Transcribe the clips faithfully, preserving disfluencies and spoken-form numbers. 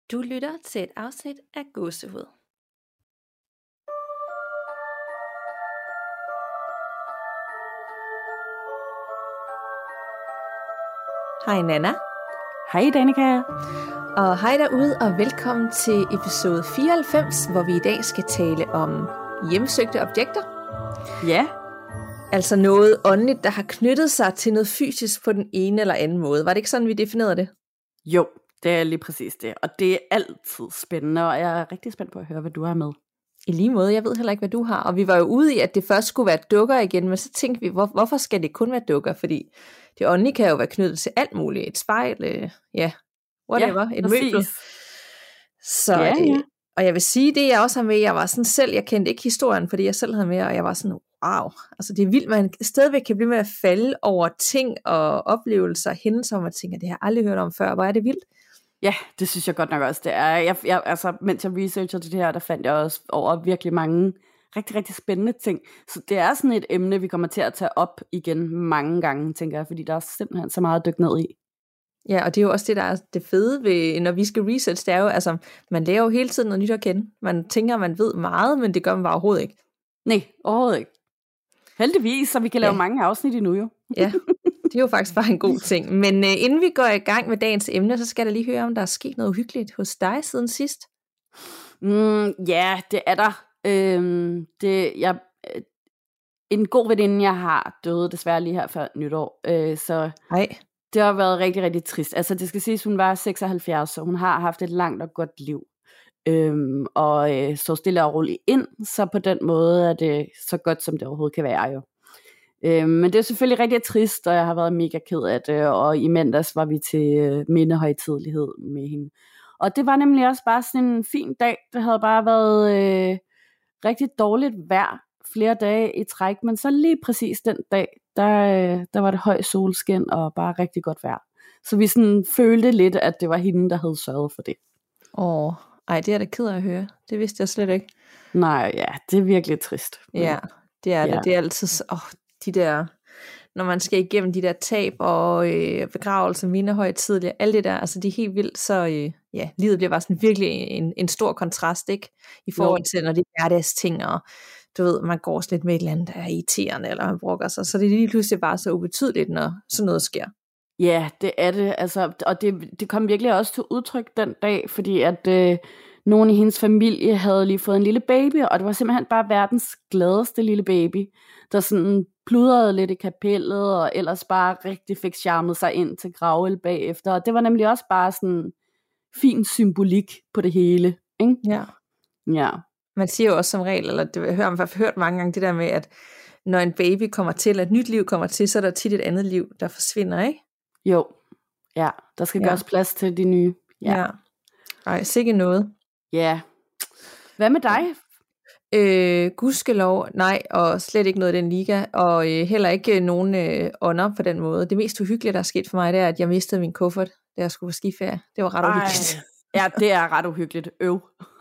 Du lytter til et afsnit af Gåsehud. Hej Nana. Hej Danika. Og hej derude, og velkommen til episode fireoghalvfems, hvor vi i dag skal tale om hjemsøgte objekter. Ja. Altså noget åndeligt, der har knyttet sig til noget fysisk på den ene eller anden måde. Var det ikke sådan, vi definerede det? Jo, det er lige præcis det. Og det er altid spændende, og jeg er rigtig spændt på at høre, hvad du har med. I lige måde, jeg ved heller ikke, hvad du har. Og vi var jo ude i, at det først skulle være dukker igen, men så tænkte vi, hvor, hvorfor skal det kun være dukker? Fordi det åndelige kan jo være knyttet til alt muligt. Et spejl, øh, ja, whatever, ja, et møbel. Så, ja, ja. Øh, og jeg vil sige, det jeg også har med, jeg var sådan selv, jeg kendte ikke historien, fordi jeg selv havde med, og jeg var sådan, wow, altså det er vildt, man stadigvæk kan blive med at falde over ting og oplevelser, hændelser, hvor man tænker, det har jeg aldrig hørt om før, hvor er det vildt. Ja, det synes jeg godt nok også, det er. Jeg, jeg, altså, mens jeg researchede det her, der fandt jeg også over virkelig mange rigtig, rigtig spændende ting. Så det er sådan et emne, vi kommer til at tage op igen mange gange, tænker jeg, fordi der er simpelthen så meget at dykke ned i. Ja, og det er jo også det, der er det fede ved, når vi skal research, det er jo, altså, man lærer jo hele tiden noget nyt at kende. Man tænker, man ved meget, men det gør man bare overhovedet ikke. Nej, overhovedet ikke. Heldigvis, så vi kan lave ja. mange afsnit endnu jo. Ja, det er jo faktisk bare en god ting. Men uh, inden vi går i gang med dagens emne, så skal jeg lige høre, om der er sket noget uhyggeligt hos dig siden sidst. Mm, ja, det er der. Øhm, det, jeg, en god veninde, jeg har, døde desværre lige her før nytår. Øh, så Ej. Det har været rigtig, rigtig trist. Altså det skal siges, hun var seksoghalvfjerds, så hun har haft et langt og godt liv. Øhm, og øh, så stille og roligt ind, så på den måde er det så godt, som det overhovedet kan være jo. Øhm, men det er selvfølgelig rigtig trist, og jeg har været mega ked af det, og i mandags var vi til øh, mindehøjtidelighed med hende. Og det var nemlig også bare sådan en fin dag. Det havde bare været øh, rigtig dårligt vejr flere dage i træk, men så lige præcis den dag, der, øh, der var det høj solskin og bare rigtig godt vejr. Så vi sådan følte lidt, at det var hende, der havde sørget for det. Åh, ej, det er da ked af at høre. Det vidste jeg slet ikke. Nej, ja, det er virkelig trist. Ja, det er det. Ja. Det er altid, åh, de der, når man skal igennem de der tab og øh, begravelser, mindehøjtidelighed, alt det der, altså det er helt vildt, så øh, ja, livet bliver bare sådan virkelig en, en stor kontrast, ikke? I forhold jo. til, når det er hverdagsting, og du ved, man går sådan lidt med et eller andet, der er irriterende, eller man bruger sig, så det er lige pludselig bare så ubetydeligt, når sådan noget sker. Ja, det er det, altså, og det, det kom virkelig også til udtryk den dag, fordi at øh, nogen i hendes familie havde lige fået en lille baby, og det var simpelthen bare verdens gladeste lille baby, der sådan pludrede lidt i kapellet, og ellers bare rigtig fik charmet sig ind til gravøl bagefter, og det var nemlig også bare sådan fin symbolik på det hele, ikke? Ja. Ja. Man siger jo også som regel, eller det har man hørt mange gange, det der med, at når en baby kommer til, et nyt liv kommer til, så er der tit et andet liv, der forsvinder, ikke? Jo, ja, der skal ja. gøres plads til de nye. Ja. ja. Ej, sikke noget. Ja. Hvad med dig? Øh, gudskelov, nej, og slet ikke noget i den liga, og øh, heller ikke nogen øh, ånder på den måde. Det mest uhyggelige, der er sket for mig, det er, at jeg mistede min kuffert, da jeg skulle på skiferie. Det var ret uhyggeligt. Ja, det er ret uhyggeligt. Øv.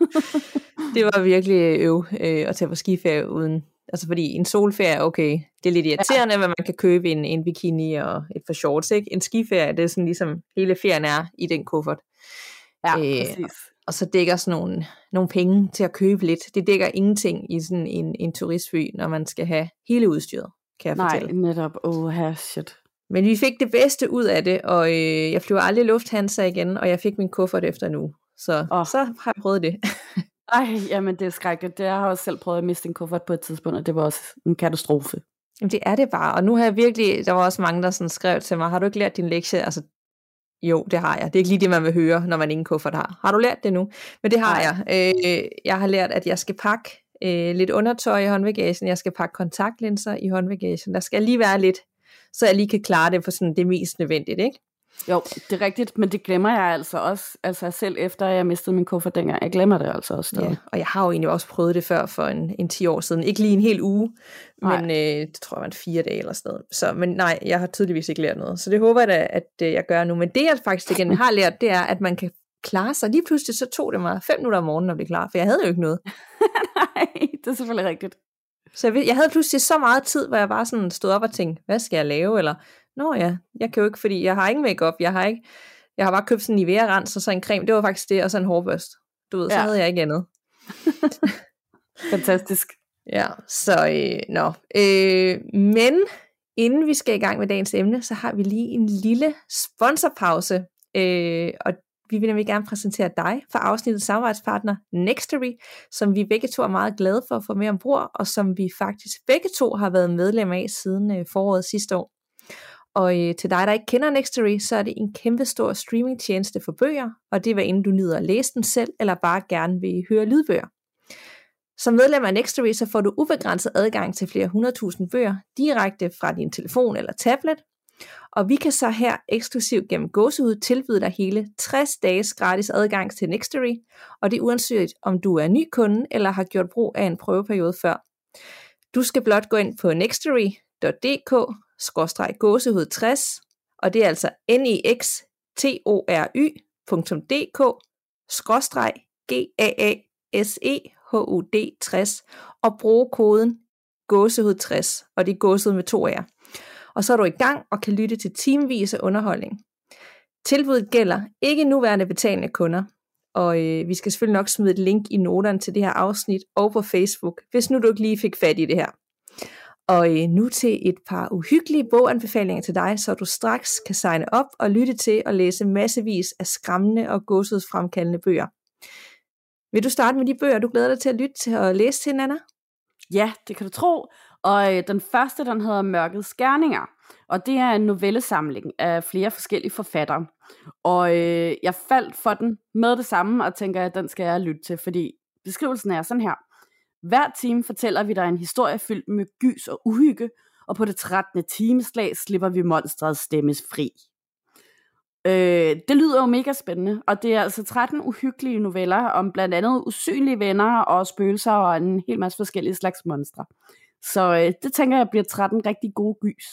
Det var virkelig øv øh, at tage på skiferie uden, altså fordi en solferie, okay, det er lidt irriterende, ja. Men man kan købe en, en bikini og et par shorts, ikke? En skiferie, det er sådan ligesom hele ferien er i den kuffert. Ja, øh, præcis. Og så dækker sådan nogle, nogle penge til at købe lidt. Det dækker ingenting i sådan en, en turistfly, når man skal have hele udstyret, kan jeg Nej, fortælle. Nej, netop. Oh, her, shit. Men vi fik det bedste ud af det, og øh, jeg flyver aldrig lufthansa igen, og jeg fik min kuffert efter en uge. Så, oh. så har jeg prøvet det. Ej, jamen det er skrækkeligt. Det, jeg har også selv prøvet at miste en kuffert på et tidspunkt, og det var også en katastrofe. Jamen det er det bare, og nu har jeg virkelig, der var også mange, der sådan skrev til mig, har du ikke lært din lektie? Altså, jo, det har jeg. Det er ikke lige det, man vil høre, når man ingen kuffert har. Har du lært det nu? Men det har Nej. jeg. Øh, jeg har lært, at jeg skal pakke øh, lidt undertøj i håndbagagen, jeg skal pakke kontaktlinser i håndbagagen, der skal lige være lidt, så jeg lige kan klare det på sådan det mest nødvendigt, ikke? Jo, det er rigtigt, men det glemmer jeg altså også, altså selv efter jeg mistede min kuffert dengang. Jeg glemmer det altså også stadig. Ja, og jeg har jo egentlig også prøvet det før for en, en ti år siden. Ikke lige en hel uge, nej. men øh, det tror jeg var en fire dage eller sådan noget. Så, men nej, jeg har tydeligvis ikke lært noget. Så det håber jeg da, at øh, jeg gør nu. Men det jeg faktisk igen har lært, det er, at man kan klare sig. Lige pludselig så tog det mig fem minutter om morgenen at blive klar, for jeg havde jo ikke noget. Nej, det er selvfølgelig rigtigt. Så jeg, jeg havde pludselig så meget tid, hvor jeg bare sådan stod op og tænkte, hvad skal jeg lave? Eller, nå ja, jeg kan jo ikke, fordi jeg har ikke make-up, jeg har ikke Jeg har bare købt sådan en Nivea-rens og så en creme. Det var faktisk det, og så en hårbørst. Du ved, så ja. havde jeg ikke andet. Fantastisk. Ja, så øh, nå. Øh, men inden vi skal i gang med dagens emne, så har vi lige en lille sponsorpause. Øh, og vi vil nemlig gerne præsentere dig for afsnittets samarbejdspartner Nextory, som vi begge to er meget glade for at få med ombord, og som vi faktisk begge to har været medlem af siden øh, foråret sidste år. Og øh, til dig, der ikke kender Nextory, så er det en kæmpe stor streamingtjeneste for bøger, og det er hvad enten du nyder at læse den selv, eller bare gerne vil høre lydbøger. Som medlem af Nextory, så får du ubegrænset adgang til flere hundredtusind bøger, direkte fra din telefon eller tablet. Og vi kan så her eksklusivt gennem Gåsehud tilbyde dig hele tres dages gratis adgang til Nextory, og det er uanset om du er ny kunde, eller har gjort brug af en prøveperiode før. Du skal blot gå ind på nextory punktum d k skråstreg gåsehud tres, og det er altså nextory punktum d k skråstreg g a a s e h u d tres, og bruge koden gåsehud tres, og det er gåsehud med to A'er. Og så er du i gang og kan lytte til timevis af underholdning. Tilbuddet gælder ikke nuværende betalende kunder, og øh, vi skal selvfølgelig nok smide et link i noterne til det her afsnit og på Facebook, hvis nu du ikke lige fik fat i det her. Og øh, nu til et par uhyggelige boganbefalinger til dig, så du straks kan signe op og lytte til og læse massevis af skræmmende og gåsehudsfremkaldende bøger. Vil du starte med de bøger, du glæder dig til at lytte til og læse til, Nanna? Ja, det kan du tro. Og øh, den første, den hedder Mørkets Gerninger. Og det er en novellesamling af flere forskellige forfattere. Og øh, jeg faldt for den med det samme, og tænker, at den skal jeg lytte til, fordi beskrivelsen er sådan her. Hver time fortæller vi dig en historie fyldt med gys og uhygge, og på det trettende timeslag slipper vi monsterets stemmes fri. Øh, det lyder jo mega spændende, og det er altså tretten uhyggelige noveller om blandt andet usynlige venner og spøgelser og en hel masse forskellige slags monstre. Så øh, det tænker jeg bliver tretten rigtig gode gys.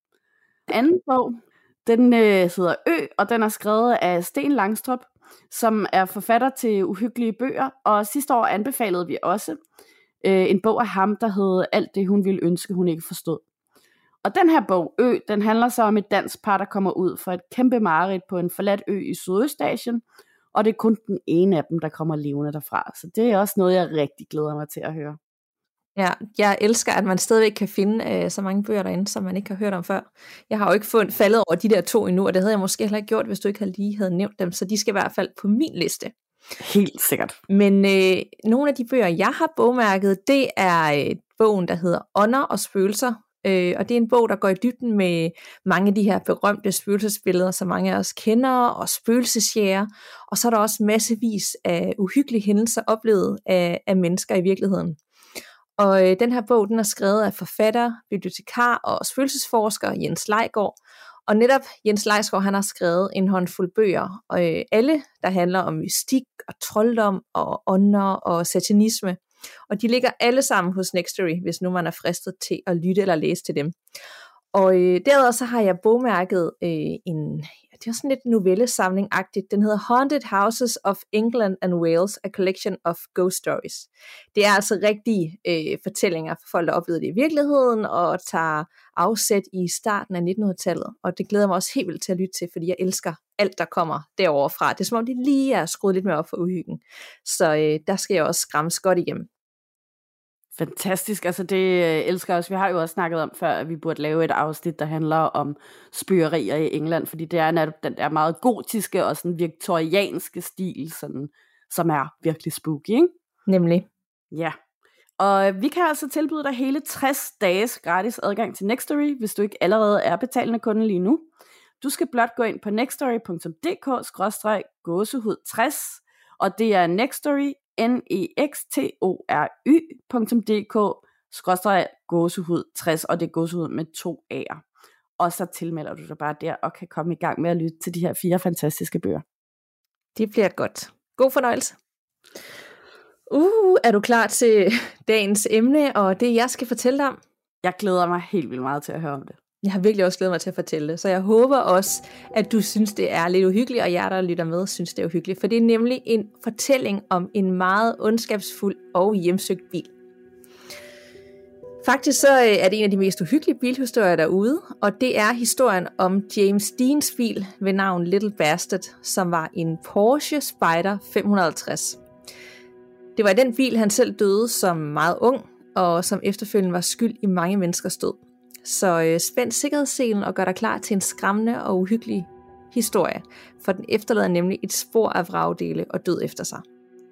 Anden bog, den øh, hedder Ø, og den er skrevet af Sten Langstrup, som er forfatter til uhyggelige bøger, og sidste år anbefalede vi også øh, en bog af ham, der hed Alt det hun ville ønske hun ikke forstod. Og den her bog, Ø, den handler så om et dansk par, der kommer ud for et kæmpe mareridt på en forladt ø i Sydøstasien, og det er kun den ene af dem, der kommer levende derfra. Så det er også noget, jeg rigtig glæder mig til at høre. Ja, jeg elsker, at man stadigvæk kan finde øh, så mange bøger derinde, som man ikke har hørt om før. Jeg har jo ikke fundet, faldet over de der to endnu, og det havde jeg måske heller ikke gjort, hvis du ikke havde lige havde nævnt dem, så de skal i hvert fald på min liste. Helt sikkert. Men øh, nogle af de bøger, jeg har bogmærket, det er øh, bogen, der hedder Ånder og Spøgelser, øh, og det er en bog, der går i dybden med mange af de her berømte spøgelsesbilleder, som mange af os kender, og spøgelsesjæger, og så er der også massevis af uhyggelige hændelser oplevet af, af mennesker i virkeligheden. Og øh, den her bog, den er skrevet af forfatter, bibliotekar og spøgelsesforsker Jens Leiggaard. Og netop Jens Leiggaard, han har skrevet en håndfuld bøger, og øh, alle, der handler om mystik og trolddom og ånder og satanisme. Og de ligger alle sammen hos Nextory, hvis nu man er fristet til at lytte eller læse til dem. Og øh, derudover så har jeg bogmærket øh, en, det er sådan lidt novellesamling-agtigt, den hedder Haunted Houses of England and Wales, a collection of ghost stories. Det er altså rigtige øh, fortællinger for folk, der oplevede det i virkeligheden, og tager afsæt i starten af nittenhundredetallet, og det glæder mig også helt vildt til at lytte til, fordi jeg elsker alt, der kommer derovre fra. Det er som om, det lige er skruet lidt mere op for uhyggen, så øh, der skal jeg også skræmmes godt igennem. Fantastisk, altså det elsker jeg også. Vi har jo også snakket om før, at vi burde lave et afsnit, der handler om spøgerier i England, fordi det er netop den der meget gotiske og sådan viktorianske stil, sådan, som er virkelig spooky, ikke? Nemlig. Ja, og vi kan altså tilbyde dig hele tres dages gratis adgang til Nextory, hvis du ikke allerede er betalende kunde lige nu. Du skal blot gå ind på nextory punktum d k skråstreg gåsehud tres, og det er Nextory, N-E-X-T-O-R-Y punktum d k skråstreg gåsehud tres, og det er gåsehud med to A'er. Og så tilmelder du dig bare der, og kan komme i gang med at lytte til de her fire fantastiske bøger. Det bliver godt. God fornøjelse. Uh, er du klar til dagens emne, og det jeg skal fortælle dig om? Jeg glæder mig helt vildt meget til at høre om det. Jeg har virkelig også glædet mig til at fortælle det, så jeg håber også, at du synes, det er lidt uhyggeligt, og jer, der lytter med, synes, det er uhyggeligt. For det er nemlig en fortælling om en meget ondskabsfuld og hjemsøgt bil. Faktisk så er det en af de mest uhyggelige bilhistorier derude, og det er historien om James Deans bil ved navn Little Bastard, som var en Porsche Spyder fem hundrede og halvtreds. Det var den bil, han selv døde som meget ung, og som efterfølgende var skyld i mange menneskers død. Så øh, spænd sikkerhedsselen og gør dig klar til en skræmmende og uhyggelig historie, for den efterlader nemlig et spor af vragdele og død efter sig.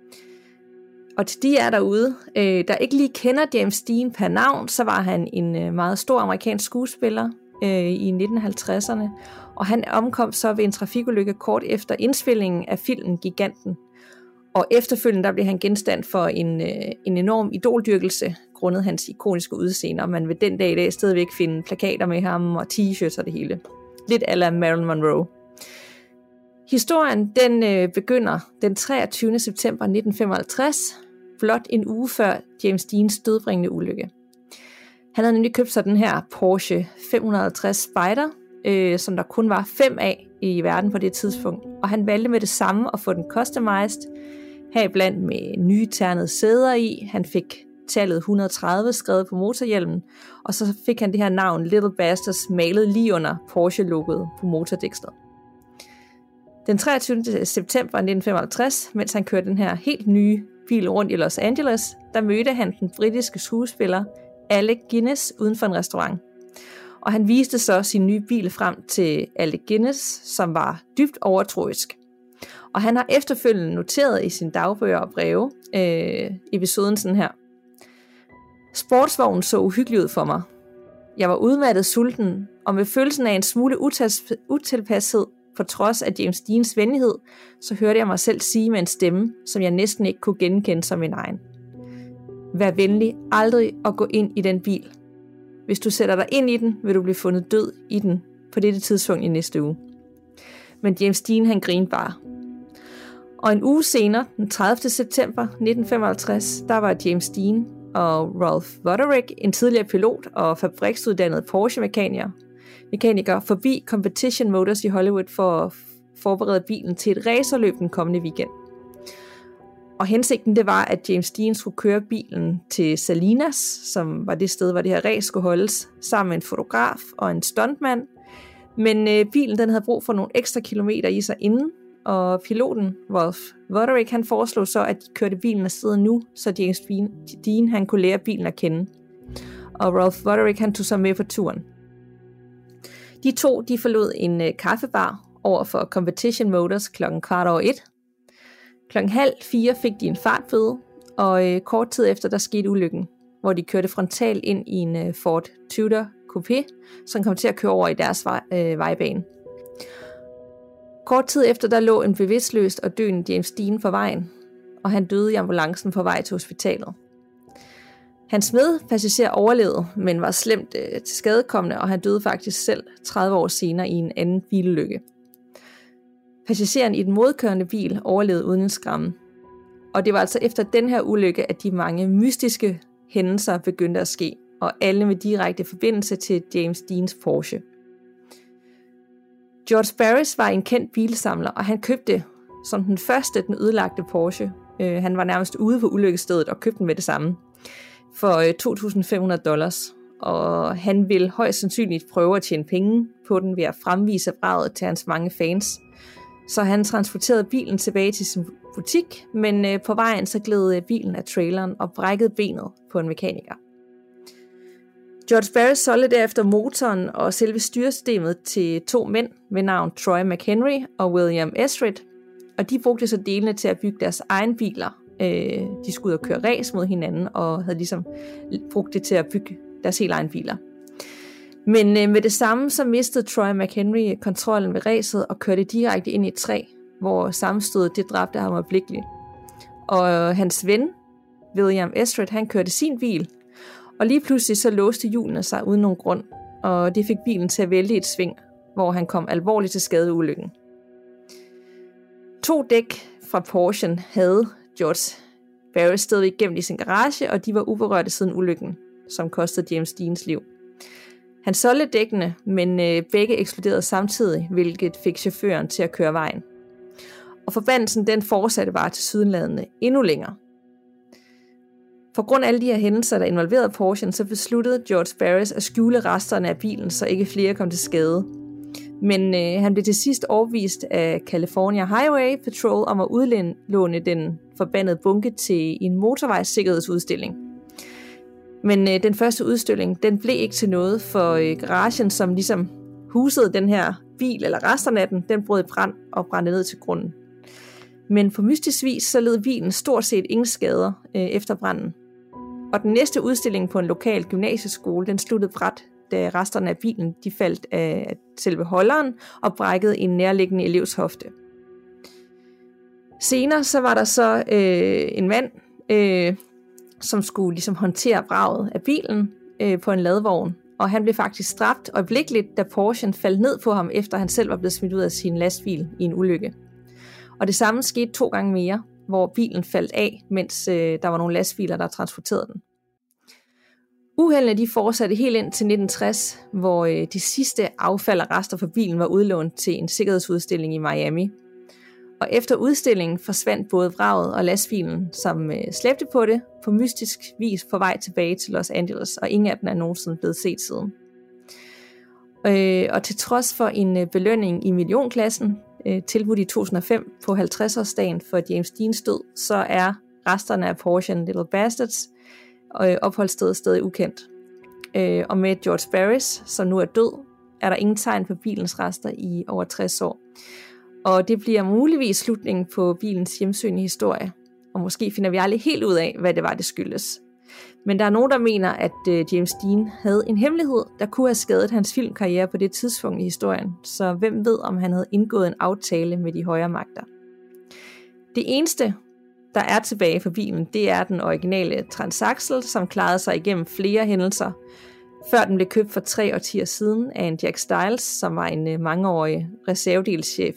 Og til de er derude, øh, der ikke lige kender James Dean per navn, så var han en øh, meget stor amerikansk skuespiller øh, i nitten halvtredserne, og han omkom så ved en trafikulykke kort efter indspillingen af filmen Giganten. Og efterfølgende der blev han genstand for en, øh, en enorm idoldyrkelse, grundet hans ikoniske udseende, og man vil den dag i dag stadigvæk finde plakater med ham og t-shirts og det hele. Lidt a la Marilyn Monroe. Historien den øh, begynder den treogtyvende september nitten femoghalvtreds, blot en uge før James Deans dødbringende ulykke. Han havde nemlig købt sig den her Porsche fem hundrede og halvtreds Spyder, øh, som der kun var fem af i verden på det tidspunkt, og han valgte med det samme at få den customized, heriblandt med nye ternede sæder i. Han fik tallet et hundrede og tredive skrevet på motorhjelmen, og så fik han det her navn Little Bastards malet lige under Porsche-logoet på motordækslet. Den treogtyvende september nitten femoghalvtreds, mens han kørte den her helt nye bil rundt i Los Angeles, der mødte han den britiske skuespiller Alec Guinness uden for en restaurant. Og han viste så sin nye bil frem til Alec Guinness, som var dybt overtroisk. Og han har efterfølgende noteret i sine dagbøger og breve øh, episoden sådan her. Sportsvognen så uhyggelig ud for mig. Jeg var udmattet sulten, og med følelsen af en smule utilpashed, på trods af James Deans venlighed, så hørte jeg mig selv sige med en stemme, som jeg næsten ikke kunne genkende som min egen. Vær venlig aldrig at gå ind i den bil. Hvis du sætter dig ind i den, vil du blive fundet død i den på dette tidspunkt i næste uge. Men James Dean han grinede bare. Og en uge senere, den tredivte september nitten femoghalvtreds, der var James Dean og Ralph Wooderick, en tidligere pilot og fabriksuddannet Porsche-mekaniker, mekaniker forbi Competition Motors i Hollywood for at forberede bilen til et racerløb den kommende weekend. Og hensigten det var, at James Dean skulle køre bilen til Salinas, som var det sted, hvor det her race skulle holdes, sammen med en fotograf og en stuntmand. Men øh, bilen den havde brug for nogle ekstra kilometer i sig inden, og piloten Ralph Wooderick han foreslog så, at de kørte bilen afsted nu, så James Dean han kunne lære bilen at kende. Og Ralph Wooderick han tog så med på turen. De to de forlod en øh, kaffebar over for Competition Motors klokken kvart over et. Klokken halv fire fik de en fartbøde, og øh, kort tid efter der skete ulykken, hvor de kørte frontalt ind i en øh, Ford Tudor Coupé, som kom til at køre over i deres vej, øh, vejbane. Kort tid efter der lå en bevidstløst og døende James Dean på vejen, og han døde i ambulancen på vej til hospitalet. Hans medpassager overlevede, men var slemt øh, til skadekommende, og han døde faktisk selv tredive år senere i en anden bilulykke. Passageren i den modkørende bil overlevede uden en skræmme. Og det var altså efter den her ulykke, at de mange mystiske hændelser begyndte at ske, og alle med direkte forbindelse til James Deans Porsche. George Barris var en kendt bilsamler, og han købte som den første den ødelagte Porsche. Øh, han var nærmest ude på ulykkesstedet og købte den med det samme for øh, to tusind fem hundrede dollars. Og han ville højst sandsynligt prøve at tjene penge på den ved at fremvise vraget til hans mange fans. Så han transporterede bilen tilbage til sin butik, men øh, på vejen så gled bilen af traileren og brækkede benet på en mekaniker. George Barris solgte derefter motoren og selve styresystemet til to mænd ved navn Troy McHenry og William Esrit, og de brugte så delene til at bygge deres egen biler. Øh, de skulle ud og køre race mod hinanden og havde ligesom brugt det til at bygge deres helt egen biler. Men øh, med det samme så mistede Troy McHenry kontrollen ved racet og kørte direkte ind i et træ, hvor sammenstødet det dræbte ham øjeblikkeligt. Og øh, hans ven, William Esrit, han kørte sin bil, og lige pludselig så låste hjulene sig uden nogen grund, og det fik bilen til at vælte i et sving, hvor han kom alvorligt til skade i ulykken. To dæk fra Porsche havde George Barris stadig gemt i sin garage, og de var uberørte siden ulykken, som kostede James Deans liv. Han solgte dækkene, men øh, begge eksploderede samtidig, hvilket fik chaufføren til at køre vejen. Og forbandelsen den fortsatte bare til sydenladende endnu længere. På grund af alle de her hændelser, der involverede Porschen, så besluttede George Barris at skjule resterne af bilen, så ikke flere kom til skade. Men øh, han blev til sidst overvist af California Highway Patrol om at udlåne den forbandede bunke til en motorvejssikkerhedsudstilling. Men øh, den første udstilling, den blev ikke til noget, for øh, garagen, som ligesom husede den her bil, eller resterne af den, den brød i brand og brændte ned til grunden. Men på mystisk vis, så led bilen stort set ingen skader øh, efter branden. Og den næste udstilling på en lokal gymnasieskole, den sluttede bræt, da resterne af bilen de faldt af selve holderen og brækkede en nærliggende elevs hofte. Senere så var der så øh, en mand, øh, som skulle ligesom håndtere vraget af bilen øh, på en ladvogn, og han blev faktisk dræbt øjeblikkeligt, da Porschen faldt ned på ham, efter han selv var blevet smidt ud af sin lastbil i en ulykke. Og det samme skete to gange mere, hvor bilen faldt af, mens øh, der var nogle lastbiler, der transporterede den. Uheldene de fortsatte helt ind til nitten tres, hvor øh, de sidste affald og rester fra bilen var udlånt til en sikkerhedsudstilling i Miami. Og efter udstillingen forsvandt både vraget og lastbilen, som øh, slæbte på det, på mystisk vis på vej tilbage til Los Angeles, og ingen af dem er nogensinde blevet set siden. Øh, og til trods for en øh, belønning i millionklassen, øh, tilbudt i to tusind og fem på halvtreds-årsdagen for James Deans død, så er resterne af Porschen Little Bastards og opholdsstedet stadig ukendt. Øh, og med George Barris, som nu er død, er der ingen tegn på bilens rester i over tres år. Og det bliver muligvis slutningen på bilens hjemsøgende historie. Og måske finder vi aldrig helt ud af, hvad det var, det skyldes. Men der er nogen, der mener, at øh, James Dean havde en hemmelighed, der kunne have skadet hans filmkarriere på det tidspunkt i historien. Så hvem ved, om han havde indgået en aftale med de højere magter. Det eneste, der er tilbage for bilen, det er den originale Transaxle, som klarede sig igennem flere hændelser, før den blev købt for tre årtier siden af en Jack Stiles, som var en øh, mangeårig reservedelschef.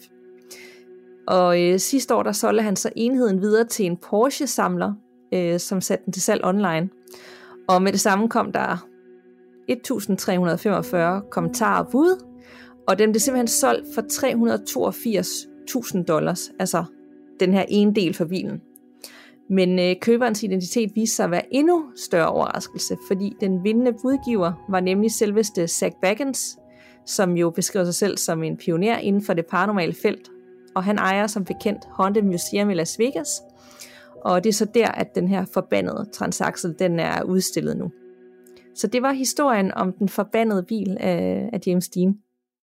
Og øh, sidste år, der solgte han så enheden videre til en Porsche-samler, øh, som satte den til salg online. Og med det samme kom der et tusind tre hundrede femogfyrre kommentarer og bud, og den blev simpelthen solgt for tre hundrede toogfirs tusind dollars, altså den her ene del for bilen. Men øh, køberens identitet viste sig at være endnu større overraskelse, fordi den vindende budgiver var nemlig selveste Zak Bagans, som jo beskriver sig selv som en pioner inden for det paranormale felt. Og han ejer som bekendt Haunted Museum i Las Vegas, og det er så der, at den her forbandede Transaxle, den er udstillet nu. Så det var historien om den forbandede bil af, af James Dean.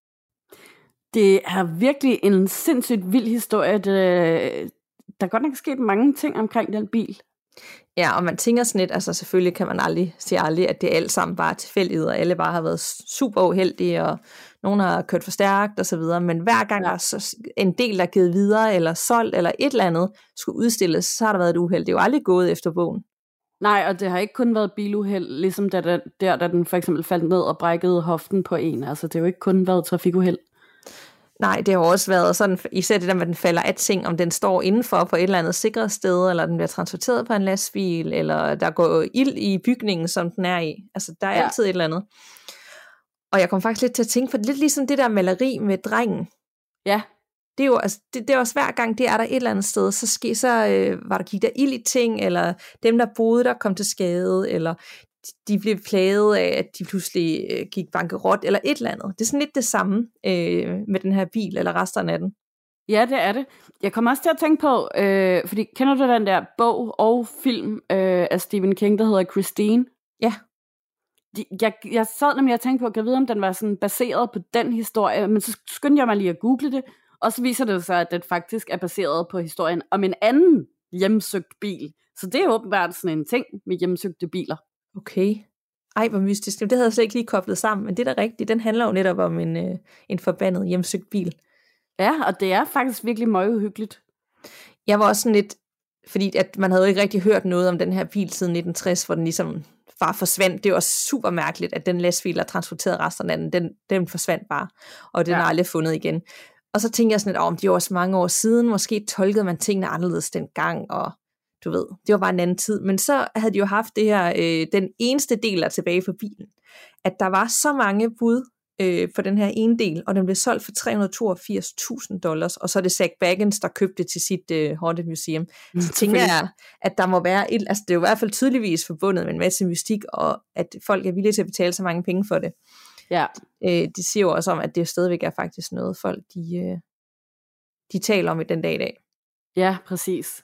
Det er virkelig en sindssygt vild historie. Det, der er godt nok sket mange ting omkring den bil. Ja, og man tænker sådan lidt, altså selvfølgelig kan man aldrig sige aldrig, at det er alt sammen bare tilfældigt, og alle bare har været super uheldige, og nogen har kørt for stærkt og så videre, men hver gang ja. der er så en del, der er givet videre, eller solgt, eller et eller andet, skulle udstilles, så har der været et uheld. Det er jo aldrig gået efter bogen. Nej, og det har ikke kun været biluheld, ligesom der, der, der, da den for eksempel faldt ned og brækkede hoften på en. Altså, det har jo ikke kun været trafikuheld. Nej, det har også været sådan, især det der med, at den falder af ting, om den står indenfor på et eller andet sikret sted, eller den bliver transporteret på en lastbil, eller der går ild i bygningen, som den er i. Altså, der er ja. altid et eller andet. Og jeg kom faktisk lidt til at tænke, for lidt ligesom det der maleri med drengen. Ja. Det er jo altså, det, det er også hver gang, det er der et eller andet sted, så, ske, så øh, var der gik der ild i ting, eller dem, der boede der, kom til skade, eller de blev plaget af, at de pludselig øh, gik bankerot, eller et eller andet. Det er sådan lidt det samme øh, med den her bil, eller resterne af den. Ja, det er det. Jeg kommer også til at tænke på, øh, fordi kender du den der bog og film øh, af Stephen King, der hedder Christine? Ja. De, jeg, jeg sad nemlig og tænkte på, at jeg ved, om den var sådan baseret på den historie, men så skyndte jeg mig lige at google det, og så viser det sig, at den faktisk er baseret på historien om en anden hjemsøgt bil. Så det er åbenbart sådan en ting med hjemsøgte biler. Okay. Ej, hvor mystisk. Det havde jeg slet ikke lige koblet sammen, men det er da rigtigt. Den handler jo netop om en, øh, en forbandet hjemsøgt bil. Ja, og det er faktisk virkelig meget uhyggeligt. Jeg var også sådan lidt, fordi at man havde jo ikke rigtig hørt noget om den her bil siden nitten tres, hvor den ligesom bare forsvandt. Det var super mærkeligt, at den lastbil, der transporterede resterne af den, den, den forsvandt bare, og den ja. er aldrig fundet igen. Og så tænkte jeg sådan lidt, om oh, de var også mange år siden, måske tolkede man tingene anderledes dengang, og du ved, det var bare en anden tid. Men så havde de jo haft det her, øh, den eneste del der tilbage for bilen, at der var så mange bud øh, for den her ene del, og den blev solgt for tre hundrede og toogfirs tusind dollars, og så er det Zak Bagans, der købte til sit øh, Haunted Museum. Mm, så tænker jeg, at der må være, et, altså det er jo i hvert fald tydeligvis forbundet med en masse mystik, og at folk er villige til at betale så mange penge for det. Ja. Øh, det siger jo også om, at det stadigvæk er faktisk noget, folk de, øh, de taler om i den dag i dag. Ja, præcis.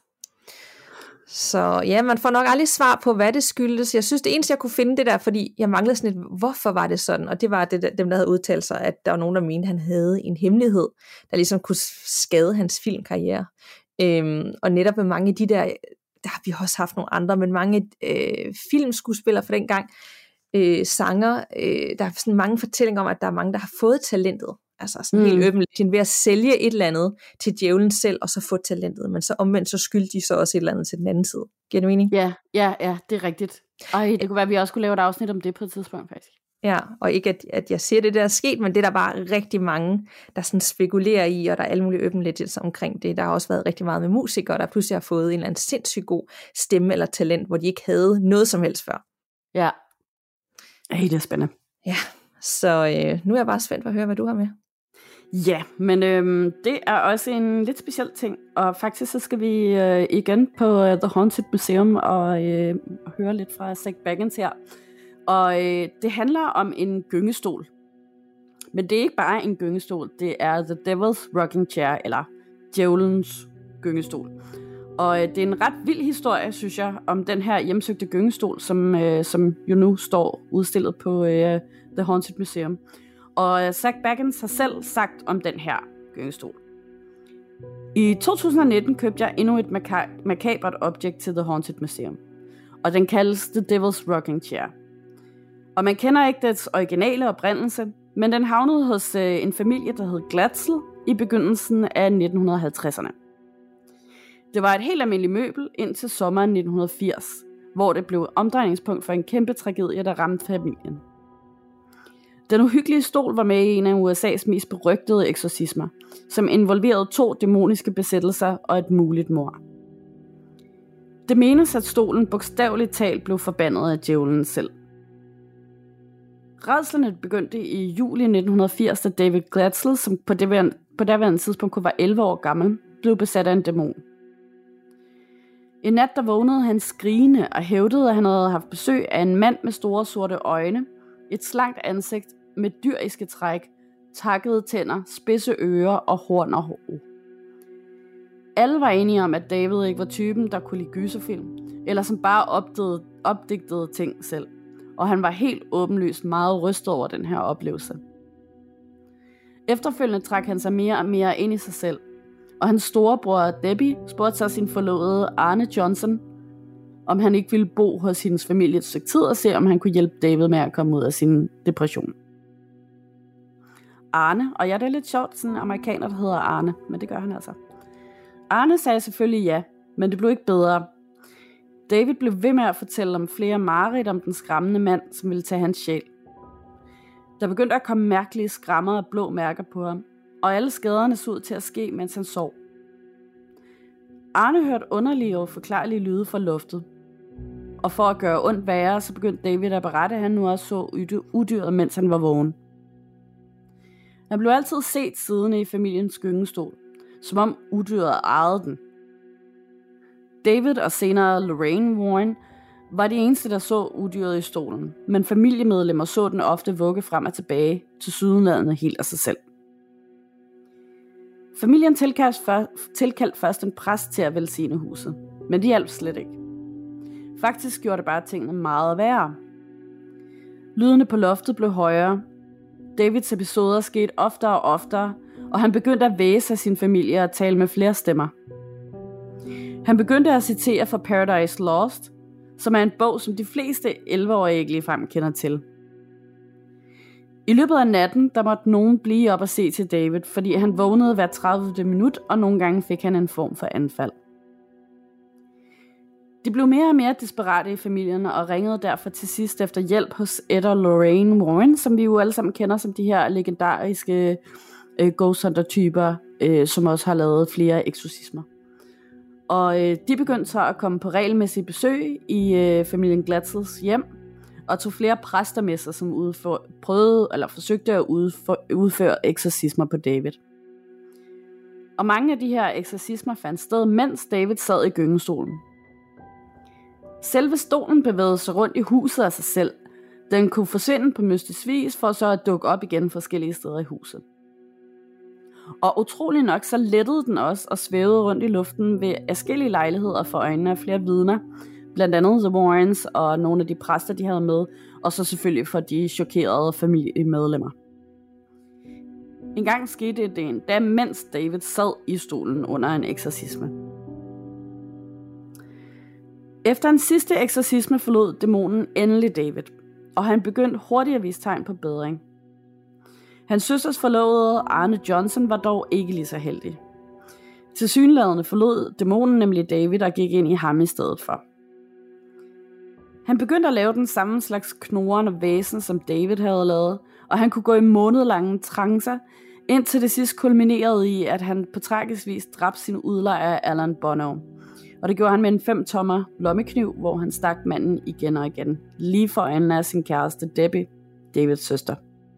Så ja, man får nok aldrig svar på, hvad det skyldtes. Jeg synes, det eneste, jeg kunne finde det der, fordi jeg manglede sådan et, hvorfor var det sådan? Og det var det, dem, der havde udtalt sig, at der var nogen, der mente, at han havde en hemmelighed, der ligesom kunne skade hans filmkarriere. Øhm, og netop med mange af de der, der har vi også haft nogle andre, men mange øh, filmskuespillere for den gang, øh, sanger, øh, der er sådan mange fortællinger om, at der er mange, der har fået talentet. Altså sådan mm. helt åbent ved at sælge et eller andet til djævlen selv, og så få talentet. Men så omvendt, så skyldte de så også et eller andet til den anden side. Giver det mening? Ja, ja, ja, det er rigtigt. Ej, det kunne være, at vi også skulle lave et afsnit om det på et tidspunkt, faktisk. Ja, og ikke at, at jeg siger det, der er sket, men det er der bare rigtig mange, der sådan spekulerer i, og der er alle mulige open legends omkring det. Der har også været rigtig meget med musikere, der pludselig har fået en eller anden sindssygt god stemme eller talent, hvor de ikke havde noget som helst før. Ja. Ej, det er spændende. Ja, så øh, nu er jeg bare spændt på at høre, hvad du har med. Ja, men øhm, det er også en lidt speciel ting, og faktisk så skal vi øh, igen på uh, The Haunted Museum og øh, høre lidt fra Zak Bagans her. Og øh, det handler om en gyngestol. Men det er ikke bare en gyngestol, det er The Devil's Rocking Chair, eller djævelens gyngestol. Og øh, det er en ret vild historie, synes jeg, om den her hjemsøgte gyngestol, som, øh, som jo nu står udstillet på øh, The Haunted Museum. Og Zak Bagans har selv sagt om den her gyngestol. I to tusind nitten købte jeg endnu et maka- makabert objekt til The Haunted Museum. Og den kaldes The Devil's Rocking Chair. Og man kender ikke dets originale oprindelse, men den havnede hos øh, en familie, der hed Glatzel i begyndelsen af nitten halvtredserne. Det var et helt almindeligt møbel indtil sommeren nitten firs, hvor det blev omdrejningspunkt for en kæmpe tragedie, der ramte familien. Den uhyggelige stol var med i en af U S A's mest berygtede eksorcismer, som involverede to dæmoniske besættelser og et muligt mord. Det menes, at stolen bogstaveligt talt blev forbandet af djævlen selv. Rædslerne begyndte i juli nitten firs, da David Glatzel, som på det på daværende tidspunkt kun var elleve år gammel, blev besat af en dæmon. En nat der vågnede han skrigende og hævdede, at han havde haft besøg af en mand med store sorte øjne, et slankt ansigt med dyriske træk, takkede tænder, spidse ører og horn og hår. Alle var enige om, at David ikke var typen, der kunne lide gyserfilm, eller som bare opdigtede, opdigtede ting selv, og han var helt åbenlyst meget rystet over den her oplevelse. Efterfølgende trak han sig mere og mere ind i sig selv, og hans storebror Debbie spurgte sig sin forlovede Arne Johnson, om han ikke ville bo hos hendes familie et stykke tid og se, om han kunne hjælpe David med at komme ud af sin depression. Arne, og ja, det er lidt sjovt, sådan en amerikaner, der hedder Arne, men det gør han altså. Arne sagde selvfølgelig ja, men det blev ikke bedre. David blev ved med at fortælle om flere mareridt om den skræmmende mand, som ville tage hans sjæl. Der begyndte at komme mærkelige skrammer og blå mærker på ham, og alle skaderne så ud til at ske, mens han sov. Arne hørte underlige og forklarlige lyde fra luftet. Og for at gøre ondt værre, så begyndte David at berette, at han nu også så udyret, mens han var vågen. Han blev altid set siddende i familiens gyngestol, som om udyret ejede den. David og senere Lorraine Warren var de eneste, der så udyret i stolen, men familiemedlemmer så den ofte vugge frem og tilbage, til sydenlandet helt af sig selv. Familien tilkaldte først en præst til at velsigne huset, men det hjalp slet ikke. Faktisk gjorde det bare tingene meget værre. Lydene på loftet blev højere. Davids episoder skete oftere og oftere, og han begyndte at væse af sin familie og tale med flere stemmer. Han begyndte at citere fra Paradise Lost, som er en bog, som de fleste elleve-årige ikke ligefrem kender til. I løbet af natten, der måtte nogen blive op og se til David, fordi han vågnede hver tredivte minut, og nogle gange fik han en form for anfald. De blev mere og mere desperate i familien, og ringede derfor til sidst efter hjælp hos Ed og Lorraine Warren, som vi jo alle sammen kender som de her legendariske øh, ghost hunter-typer, øh, som også har lavet flere eksorcismer. Og øh, de begyndte så at komme på regelmæssige besøg i øh, familien Glatzels hjem, og tog flere præster med sig, som udfor, prøvede eller forsøgte at udfor, udføre eksorcismer på David. Og mange af de her eksorcismer fandt sted, mens David sad i gyngestolen. Selve stolen bevægede sig rundt i huset af sig selv. Den kunne forsvinde på mystisk vis, for så at dukke op igen forskellige steder i huset. Og utrolig nok, så lettede den også og svævede rundt i luften ved adskillige lejligheder for øjnene af flere vidner, blandt andet The Warrens og nogle af de præster, de havde med, og så selvfølgelig for de chokerede familiemedlemmer. En gang skete det endda, mens David sad i stolen under en eksorcisme. Efter en sidste eksorcisme forlod dæmonen endelig David, og han begyndte hurtigt at vise tegn på bedring. Hans søsters forlovede Arne Johnson var dog ikke lige så heldig. Tilsyneladende forlod dæmonen nemlig David og gik ind i ham i stedet for. Han begyndte at lave den samme slags knurrende væsen, som David havde lavet, og han kunne gå i månedlange trancer, indtil det sidst kulminerede i, at han på tragisk vis dræbte sin udlejer Alan Bono. Og det gjorde han med en fem tommer lommekniv, hvor han stak manden igen og igen, lige for øjnene af sin kæreste Debbie, Davids søster.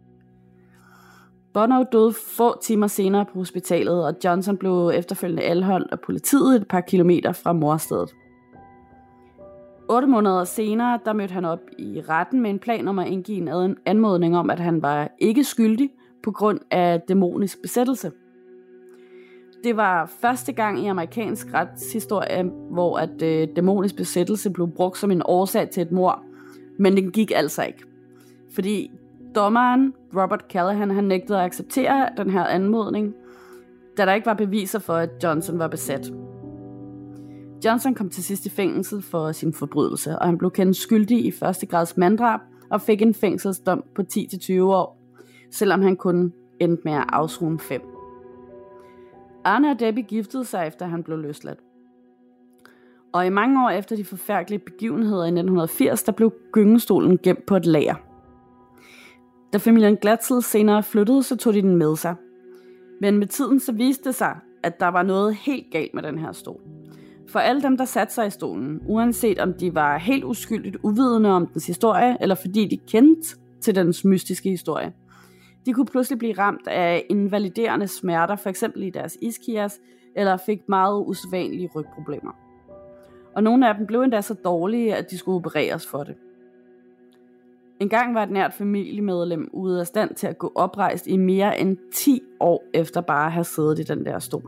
Bono døde få timer senere på hospitalet, og Johnson blev efterfølgende anholdt af politiet et par kilometer fra mordstedet. Otte måneder senere, der mødte han op i retten med en plan om at indgive en anmodning om, at han var ikke skyldig på grund af dæmonisk besættelse. Det var første gang i amerikansk retshistorie, hvor at øh, dæmonisk besættelse blev brugt som en årsag til et mord, men den gik altså ikke. Fordi dommeren Robert Callahan, han nægtede at acceptere den her anmodning, da der ikke var beviser for, at Johnson var besat. Johnson kom til sidst i fængsel for sin forbrydelse, og han blev kendt skyldig i første grads manddrab og fik en fængselsdom på ti til tyve år, selvom han kun endte med at afsone fem. Arne og Debbie giftede sig, efter han blev løsladt. Og i mange år efter de forfærdelige begivenheder i nitten firs, der blev gyngestolen gemt på et lager. Da familien Glatzel senere flyttede, så tog de den med sig. Men med tiden så viste det sig, at der var noget helt galt med den her stol. For alle dem, der satte sig i stolen, uanset om de var helt uskyldigt uvidende om dens historie, eller fordi de kendte til dens mystiske historie, de kunne pludselig blive ramt af invaliderende smerter, f.eks. i deres iskias, eller fik meget usædvanlige rygproblemer. Og nogle af dem blev endda så dårlige, at de skulle opereres for det. En gang var et nært familiemedlem ude af stand til at gå oprejst i mere end ti år efter bare at have siddet i den der stol.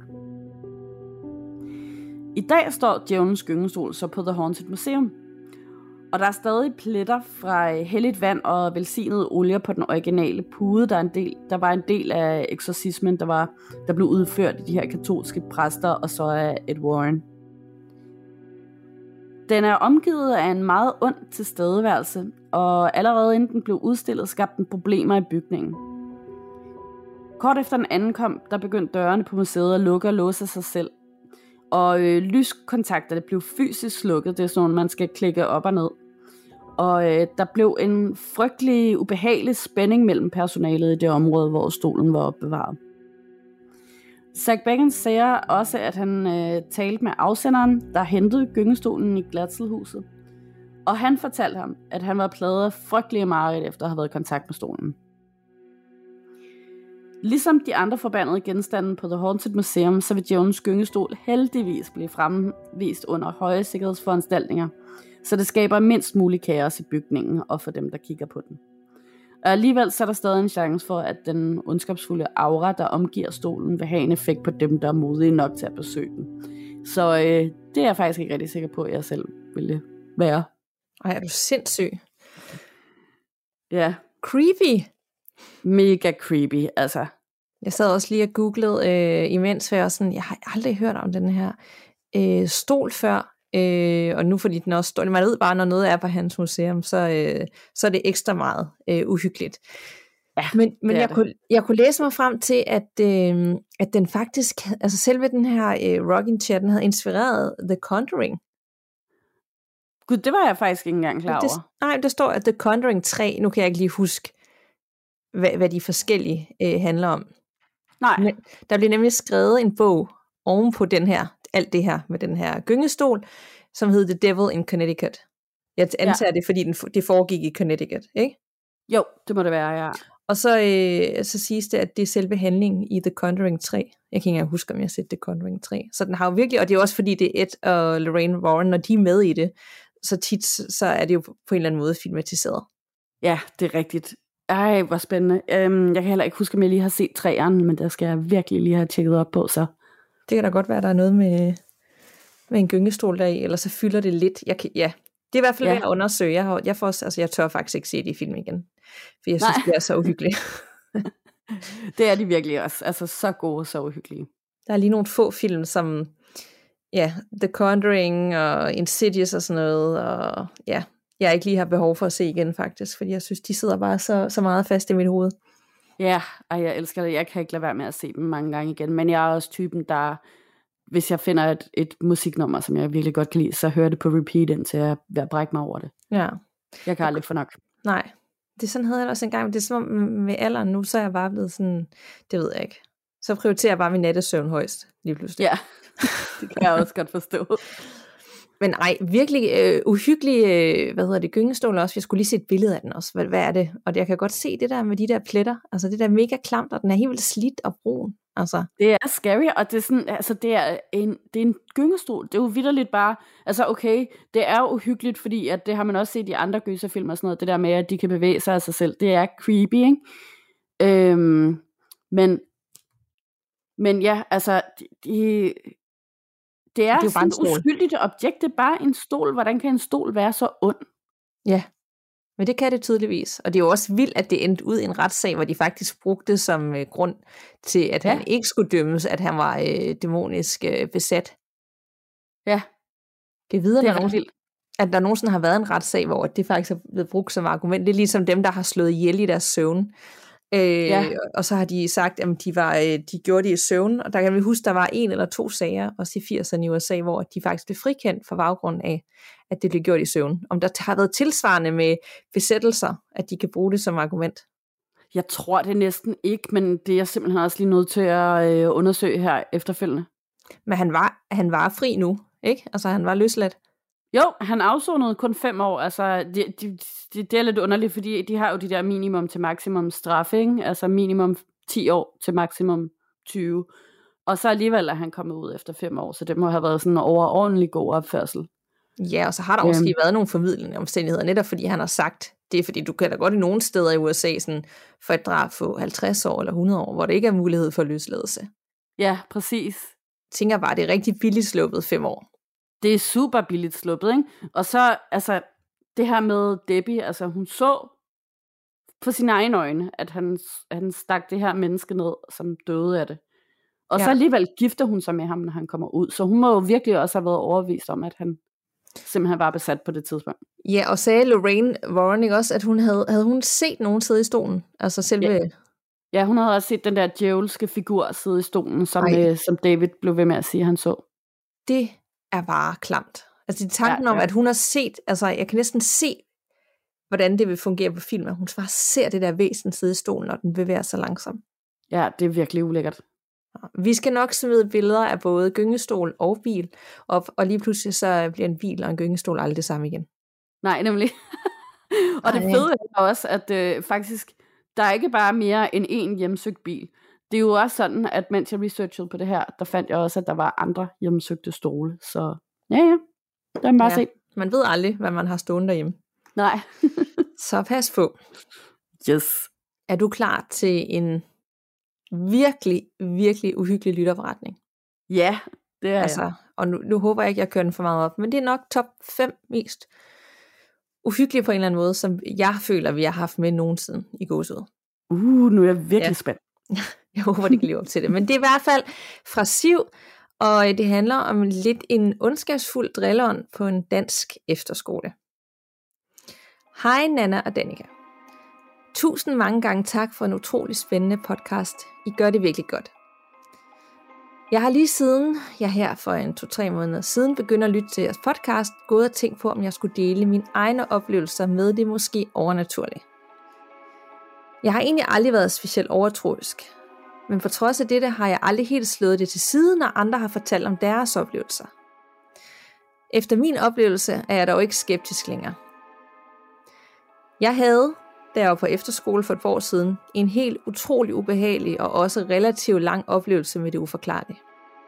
I dag står Djævelens gyngestol så på The Haunted Museum, og der er stadig pletter fra helligt vand og velsignet olie på den originale pude, der, er en del, der var en del af eksorcismen, der, var, der blev udført i de her katolske præster og så af Ed Warren. Den er omgivet af en meget ond tilstedeværelse, og allerede inden den blev udstillet, skabte den problemer i bygningen. Kort efter den ankom, der begyndte dørene på museet at lukke og låse af sig selv. Og øh, lyskontakterne blev fysisk slukket, det er sådan, man skal klikke op og ned. Og øh, der blev en frygtelig, ubehagelig spænding mellem personalet i det område, hvor stolen var opbevaret. Zach Bagans siger også, at han øh, talte med afsenderen, der hentede gyngestolen i Glatzelhuset. Og han fortalte ham, at han var plaget af frygtelige mareridt efter at have været i kontakt med stolen. Ligesom de andre forbandede genstande på The Haunted Museum, så vil Djævelens gyngestol heldigvis blive fremvist under høje sikkerhedsforanstaltninger, så det skaber mindst mulig kaos i bygningen og for dem, der kigger på den. Og alligevel så er der stadig en chance for, at den ondskabsfulde aura, der omgiver stolen, vil have en effekt på dem, der er modige nok til at besøge den. Så øh, det er jeg faktisk ikke rigtig sikker på, at jeg selv ville være. Ej, er du sindssyg? Ja. Creepy. Mega creepy, altså. Jeg sad også lige og googlede øh, imens, for jeg, sådan, jeg har aldrig hørt om den her øh, stol før, øh, og nu fordi den også står, man ved bare, når noget er på hans museum, så, øh, så er det ekstra meget øh, uhyggeligt. Ja, men men jeg, kunne, jeg kunne læse mig frem til, at, øh, at den faktisk, altså selve den her øh, rocking chair, den havde inspireret The Conjuring. Gud, det var jeg faktisk ikke engang klar over. Det, nej, der står, at The Conjuring tre, nu kan jeg ikke lige huske, hvad, hvad de forskellige øh, handler om. Nej. Men der blev nemlig skrevet en bog oven på den her, alt det her med den her gyngestol, som hed The Devil in Connecticut. Jeg antager ja. det, fordi den, det foregik i Connecticut, ikke? Jo, det må det være, ja. Og så, øh, så siges det, at det er selve handlingen i The Conjuring tre. Jeg kan ikke engang huske, om jeg har set The Conjuring tre. Så den har jo virkelig, og det er også fordi, det er Ed og Lorraine Warren, når de er med i det, så tit så er det jo på en eller anden måde filmatiseret. Ja, det er rigtigt. Ej, hvor spændende. Øhm, jeg kan heller ikke huske, om jeg lige har set treeren, men der skal jeg virkelig lige have tjekket op på, så. Det kan da godt være, at der er noget med, med en gyngestol deri, eller så fylder det lidt. Jeg kan, ja, det er i hvert fald ja. ved at undersøge. Jeg, har, jeg, får, altså, jeg tør faktisk ikke se det i film igen, for jeg synes, Nej. det er så uhyggeligt. Det er de virkelig også. Altså så gode og så uhyggelige. Der er lige nogle få film, som ja, The Conjuring og Insidious og sådan noget, og ja, jeg ikke lige har behov for at se igen faktisk, fordi jeg synes, de sidder bare så, så meget fast i mit hoved. Ja, ej, jeg elsker det. Jeg kan ikke lade være med at se dem mange gange igen, men jeg er også typen, der, hvis jeg finder et, et musiknummer, som jeg virkelig godt kan lide, så hører det på repeat, indtil jeg er ved at brække mig over det. Ja. Jeg kan aldrig få nok. Nej, det sådan havde jeg også engang, det er som med alderen nu, så er jeg bare blevet sådan, det ved jeg ikke. Så prioriterer jeg bare min nattesøvn højst, lige pludselig. Ja, det kan jeg også godt forstå. Men ej, virkelig øh, uhyggelig, øh, hvad hedder det, gyngestol også. Jeg skulle lige se et billede af den også. Hvad, hvad er det? Og jeg kan godt se det der med de der pletter. Altså det der mega klamt, og den er helt vildt slidt og brun. Altså. Det er scary, og det er sådan, altså det er en, det er en gyngestol. Det er jo vitterligt bare, altså okay, det er jo uhyggeligt, fordi at det har man også set i andre gyserfilm og sådan noget, det der med, at de kan bevæge sig af sig selv. Det er creepy, ikke? Øhm, men, men ja, altså, de, de det er, det er sådan et uskyldigt objekt, det er bare en stol. Hvordan kan en stol være så ond? Ja, men det kan det tydeligvis. Og det er jo også vildt, at det endte ud i en retssag, hvor de faktisk brugte det som øh, grund til, at ja. han ikke skulle dømmes, at han var øh, dæmonisk øh, besat. Ja, kan videre, det er der nogen, vildt. At der nogensinde har været en retssag, hvor det faktisk er blevet brugt som argument. Det er ligesom dem, der har slået ihjel i deres søvn. Øh, ja. Og så har de sagt, at de, var, de gjorde det i søvn, og der kan vi huske, der var en eller to sager, også i firserne i U S A, hvor de faktisk blev frikendt for baggrund af, at det blev gjort i søvn. Om der har været tilsvarende med besættelser, at de kan bruge det som argument. Jeg tror det næsten ikke, men det er jeg simpelthen også lige nødt til at øh, undersøge her efterfølgende. Men han var, han var fri nu, ikke? Altså han var løsladt. Jo, han afsonede kun fem år. Altså, det de, de, de er lidt underligt, fordi de har jo de der minimum til maksimum straf, ikke? Altså minimum ti år til maksimum tyve. Og så alligevel er han kommet ud efter fem år, så det må have været sådan en overordentlig god opførsel. Ja, og så har der måske øhm. været nogle formidlende omstændigheder, netop fordi han har sagt, det er fordi, du kan da godt i nogle steder i U S A sådan, for et drab få halvtreds år eller hundrede år, hvor der ikke er mulighed for løsladelse. Ja, præcis. Jeg tænker bare, det er rigtig billigt sluppet fem år. Det er super billigt sluppet, ikke? Og så, altså, det her med Debbie, altså hun så på sine egne øjne, at han, han stak det her menneske ned, som døde af det. Og ja. så alligevel gifter hun sig med ham, når han kommer ud. Så hun må jo virkelig også have været overbevist om, at han simpelthen var besat på det tidspunkt. Ja, og sagde Lorraine Warren ikke også, at hun havde, havde hun set nogen sidde i stolen? Altså selve... Ja. ja, hun havde også set den der djævelske figur sidde i stolen, som, øh, som David blev ved med at sige, han så. Det er bare klamt. Altså det tanken ja, ja. om, at hun har set, altså jeg kan næsten se, hvordan det vil fungere på film, at hun bare ser det der væsen sidde i stolen, når den bevæger sig langsomt. Ja, det er virkelig ulækkert. Vi skal nok smide billeder af både gyngestol og bil, og, og lige pludselig så bliver en bil og en gyngestol aldrig det samme igen. Nej, nemlig. og det fede er også, at øh, faktisk, der er ikke bare mere end én hjemsøgt bil. Det er jo også sådan, at mens jeg researchede på det her, der fandt jeg også, at der var andre hjemsøgte stole. Så ja, ja, der er man bare ja, se. Man ved aldrig, hvad man har stående derhjemme. Nej. Så pas på. Yes. Er du klar til en virkelig, virkelig uhyggelig lytterforretning? Ja, det er altså, jeg. Og nu, nu håber jeg ikke, jeg kører den for meget op, men det er nok top fem mest uhyggelige på en eller anden måde, som jeg føler, vi har haft med nogensinde i gåsød. Uh, nu er jeg virkelig ja. spændt. Jeg håber, det kan leve op til det. Men det er i hvert fald fra Siv, og det handler om lidt en ondskabsfuld drilleånd på en dansk efterskole. Hej Nana og Danika. Tusind mange gange tak for en utrolig spændende podcast. I gør det virkelig godt. Jeg har lige siden, jeg her for en to-tre måneder siden, begyndte at lytte til jeres podcast, gået og tænkt på, om jeg skulle dele mine egne oplevelser med det måske overnaturlige. Jeg har egentlig aldrig været specielt overtroisk, men på trods af dette har jeg aldrig helt slået det til side, når andre har fortalt om deres oplevelser. Efter min oplevelse er jeg dog ikke skeptisk længere. Jeg havde, da jeg var på efterskole for et år siden, en helt utrolig ubehagelig og også relativt lang oplevelse med det uforklarlige.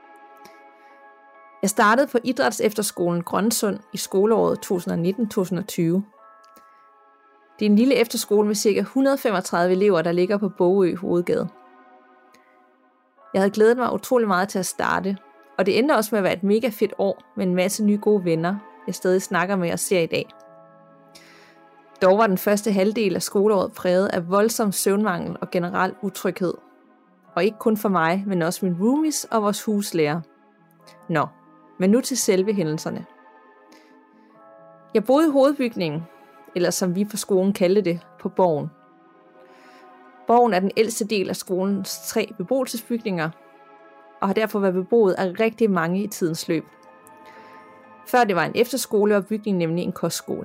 Jeg startede på idrætsefterskolen Grønsund i skoleåret to tusind nitten til to tusind tyve. Det er en lille efterskole med ca. et hundrede og femogtredive elever, der ligger på Bogø Hovedgade. Jeg havde glædet mig utrolig meget til at starte, og det endte også med at være et mega fedt år med en masse nye gode venner, jeg stadig snakker med og ser i dag. Dog var den første halvdel af skoleåret præget af voldsom søvnmangel og generel utryghed. Og ikke kun for mig, men også mine roomies og vores huslærer. Nå, men nu til selve hændelserne. Jeg boede i hovedbygningen, eller som vi på skolen kaldte det, på Borgen. Borgen er den ældste del af skolens tre beboelsesbygninger, og har derfor været beboet af rigtig mange i tidens løb. Før det var en efterskole, var bygningen nemlig en kostskole.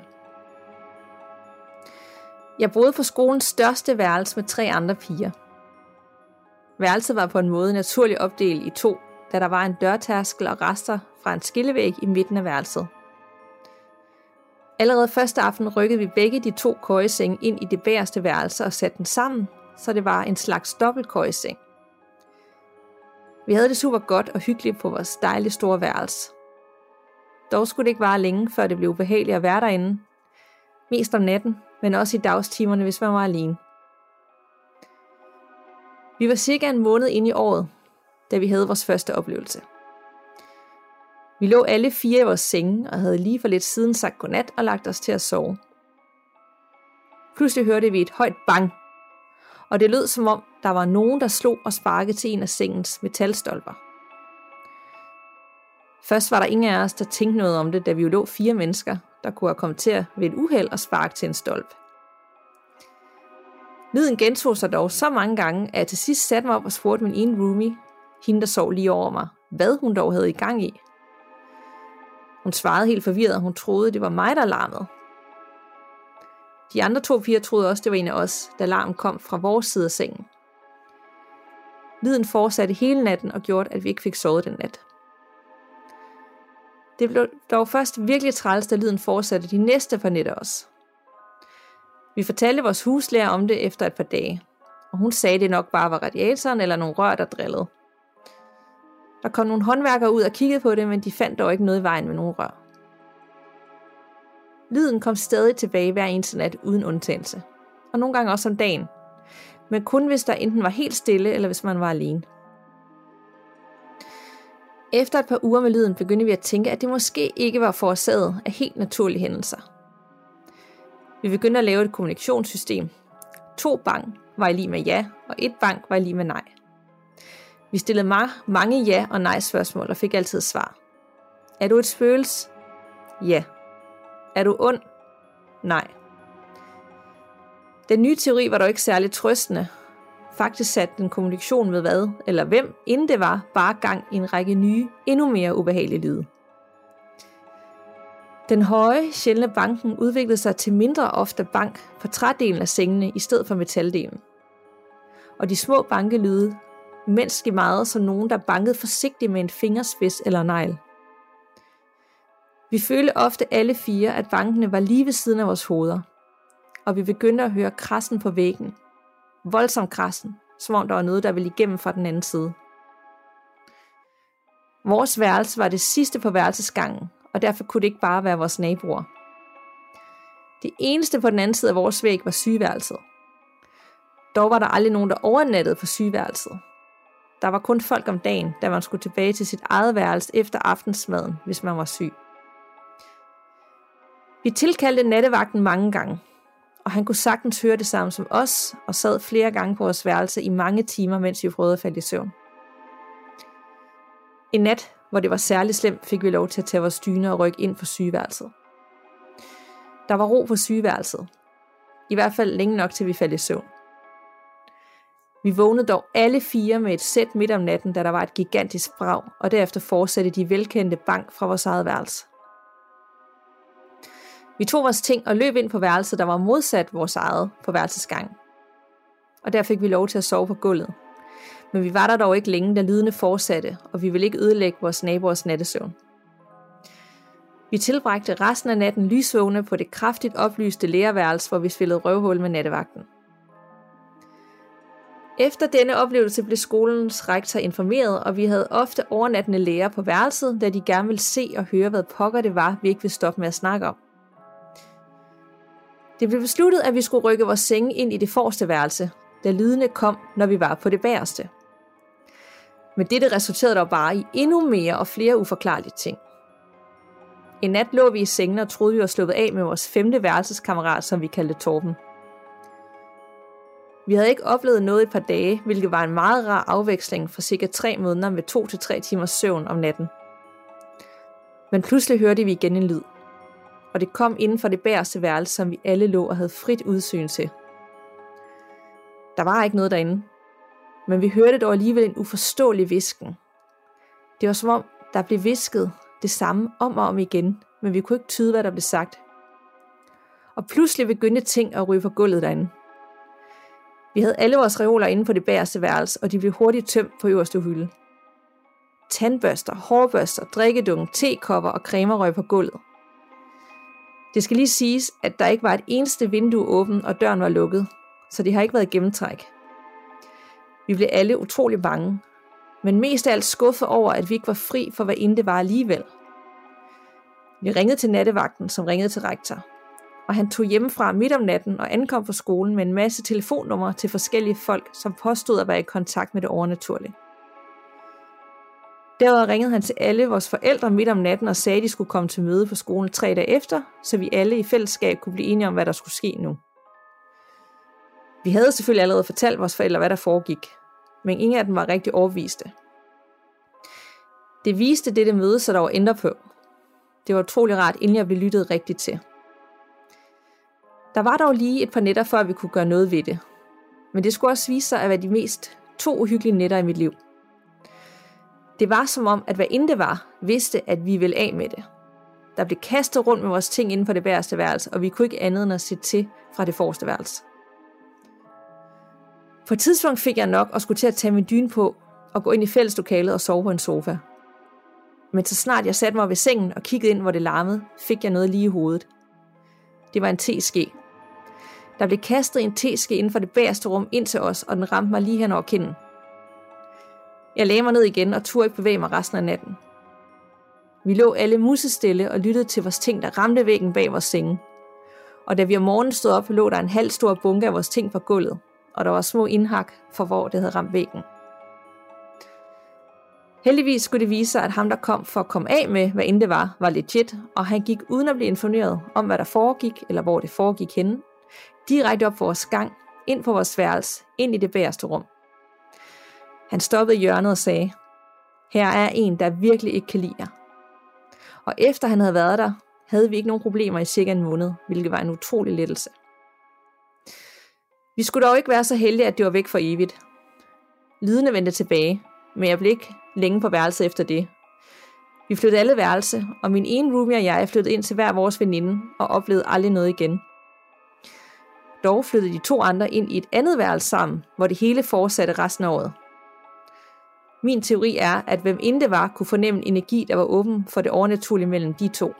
Jeg boede på skolens største værelse med tre andre piger. Værelset var på en måde naturligt opdelt i to, da der var en dørtærskel og rester fra en skillevæg i midten af værelset. Allerede første aften rykkede vi begge de to køjesenge ind i det bagerste værelse og satte den sammen, så det var en slags dobbelt køjeseng. Vi havde det super godt og hyggeligt på vores dejlige store værelse. Dog skulle det ikke vare længe, før det blev ubehageligt at være derinde. Mest om natten, men også i dagstimerne, hvis man var alene. Vi var cirka en måned inde i året, da vi havde vores første oplevelse. Vi lå alle fire i vores senge og havde lige for lidt siden sagt godnat og lagt os til at sove. Pludselig hørte vi et højt bang, og det lød som om, der var nogen, der slog og sparkede til en af sengens metalstolper. Først var der ingen af os, der tænkte noget om det, da vi jo lå fire mennesker, der kunne have kommet til ved et uheld og sparke til en stolp. Lyden gentog sig dog så mange gange, at jeg til sidst satte mig op og spurgte min ene roomie, hende der sov lige over mig, hvad hun dog havde i gang i. Hun svarede helt forvirret, og hun troede, det var mig, der larmede. De andre to piger troede også, det var en af os, da larmen kom fra vores side af sengen. Lyden fortsatte hele natten og gjorde, at vi ikke fik sovet den nat. Det blev dog først virkelig træls, da lyden fortsatte de næste par nætter også. Vi fortalte vores huslærer om det efter et par dage, og hun sagde, det nok bare var radiatoren eller nogle rør, der drillede. Der kom nogle håndværkere ud og kiggede på det, men de fandt dog ikke noget i vejen med nogle rør. Lyden kom stadig tilbage hver eneste nat uden undtagelse, og nogle gange også om dagen, men kun hvis der enten var helt stille, eller hvis man var alene. Efter et par uger med lyden begyndte vi at tænke, at det måske ikke var forårsaget af helt naturlige hændelser. Vi begyndte at lave et kommunikationssystem. To bang var i lige med ja, og et bang var i lige med nej. Vi stillede ma- mange ja- og nej-spørgsmål og fik altid svar. Er du et spøgelse? Ja. Er du ond? Nej. Den nye teori var dog ikke særlig trøstende. Faktisk satte den kommunikation med hvad eller hvem, inden det var, bare gang i en række nye, endnu mere ubehagelige lyde. Den høje, sjældne banken udviklede sig til mindre ofte bank på trædelen af sengene i stedet for metaldelen. Og de små bankelyde mindst meget som nogen, der bankede forsigtigt med en fingerspids eller negl. Vi følte ofte alle fire, at bankene var lige ved siden af vores hoveder, og vi begyndte at høre krassen på væggen. Voldsom krassen, som om der var noget, der ville igennem fra den anden side. Vores værelse var det sidste på værelsesgangen, og derfor kunne det ikke bare være vores naboer. Det eneste på den anden side af vores væg var sygeværelset. Dog var der aldrig nogen, der overnattede på sygeværelset. Der var kun folk om dagen, da man skulle tilbage til sit eget værelse efter aftensmaden, hvis man var syg. Vi tilkaldte nattevagten mange gange, og han kunne sagtens høre det samme som os, og sad flere gange på vores værelse i mange timer, mens vi prøvede at falde i søvn. En nat, hvor det var særligt slemt, fik vi lov til at tage vores dyne og rykke ind på sygeværelset. Der var ro på sygeværelset. I hvert fald længe nok, til vi faldt i søvn. Vi vågnede dog alle fire med et sæt midt om natten, da der var et gigantisk brag, og derefter fortsatte de velkendte bank fra vores eget værelse. Vi tog vores ting og løb ind på værelset, der var modsat vores eget på værelsesgangen. Og der fik vi lov til at sove på gulvet. Men vi var der dog ikke længe, da lydene fortsatte, og vi ville ikke ødelægge vores naboers nattesøvn. Vi tilbragte resten af natten lysvågne på det kraftigt oplyste lærerværelse, hvor vi spillede røvhul med nattevagten. Efter denne oplevelse blev skolens rektor informeret, og vi havde ofte overnattende lærer på værelset, da de gerne ville se og høre, hvad pokker det var, vi ikke ville stoppe med at snakke om. Det blev besluttet, at vi skulle rykke vores senge ind i det forreste værelse, da lydene kom, når vi var på det bagerste. Men dette resulterede dog bare i endnu mere og flere uforklarlige ting. En nat lå vi i sengen og troede, vi var sluppet af med vores femte værelseskammerat, som vi kaldte Torben. Vi havde ikke oplevet noget i et par dage, hvilket var en meget rar afveksling for cirka tre måneder med to til tre timers søvn om natten. Men pludselig hørte vi igen en lyd, og det kom inden for det bagerste værelse, som vi alle lå og havde frit udsyn til. Der var ikke noget derinde, men vi hørte dog alligevel en uforståelig hvisken. Det var som om, der blev hvisket det samme om og om igen, men vi kunne ikke tyde, hvad der blev sagt. Og pludselig begyndte ting at ryge på gulvet derinde. Vi havde alle vores reoler inde på det bagerste værelse, og de blev hurtigt tømt på øverste hylde. Tandbørster, hårbørster, drikkedunge, tekopper og cremer røg på gulvet. Det skal lige siges, at der ikke var et eneste vindue åbent, og døren var lukket, så det har ikke været gennemtræk. Vi blev alle utrolig bange, men mest af alt skuffet over, at vi ikke var fri for, hvad end det var alligevel. Vi ringede til nattevagten, som ringede til rektor, og han tog hjemmefra midt om natten og ankom på skolen med en masse telefonnumre til forskellige folk, som påstod at være i kontakt med det overnaturlige. Derudover ringede han til alle vores forældre midt om natten og sagde, at de skulle komme til møde på skolen tre dage efter, så vi alle i fællesskab kunne blive enige om, hvad der skulle ske nu. Vi havde selvfølgelig allerede fortalt vores forældre, hvad der foregik, men ingen af dem var rigtig overbeviste. Det viste dette møde sig dog ændre på. Det var utrolig rart, inden jeg blev lyttet rigtigt til. Der var dog lige et par nætter, før vi kunne gøre noget ved det. Men det skulle også vise sig at være de mest to uhyggelige nætter i mit liv. Det var som om, at hvad end det var, vidste, at vi ville af med det. Der blev kastet rundt med vores ting inden for det bagerste værelse, og vi kunne ikke andet end at se til fra det forreste værelse. På et tidspunkt fik jeg nok og skulle til at tage min dyne på og gå ind i fælleslokalet og sove på en sofa. Men så snart jeg satte mig ved sengen og kiggede ind, hvor det larmede, fik jeg noget lige i hovedet. Det var en teske. Der blev kastet en teske inden for det bagerste rum ind til os, og den ramte mig lige hen over kinden. Jeg lagde mig ned igen og turde ikke bevæge mig resten af natten. Vi lå alle musestille og lyttede til vores ting, der ramte væggen bag vores senge. Og da vi om morgenen stod op, lå der en halv stor bunke af vores ting på gulvet, og der var små indhak for hvor det havde ramt væggen. Heldigvis skulle det vise sig, at ham, der kom for at komme af med, hvad end det var, var legit, og han gik uden at blive informeret om, hvad der foregik, eller hvor det foregik henne, direkte op på vores gang, ind på vores værelse, ind i det bagerste rum. Han stoppede i hjørnet og sagde, her er en, der virkelig ikke kan lide jer. Og efter han havde været der, havde vi ikke nogen problemer i cirka en måned, hvilket var en utrolig lettelse. Vi skulle dog ikke være så heldige, at det var væk for evigt. Lydene vendte tilbage, men jeg blev ikke længe på værelset efter det. Vi flyttede alle værelse, og min ene roomie og jeg flyttede ind til hver vores veninde og oplevede aldrig noget igen. Dog flyttede de to andre ind i et andet værelse sammen, hvor det hele fortsatte resten af året. Min teori er, at hvem end det var, kunne fornemme en energi, der var åben for det overnaturlige mellem de to.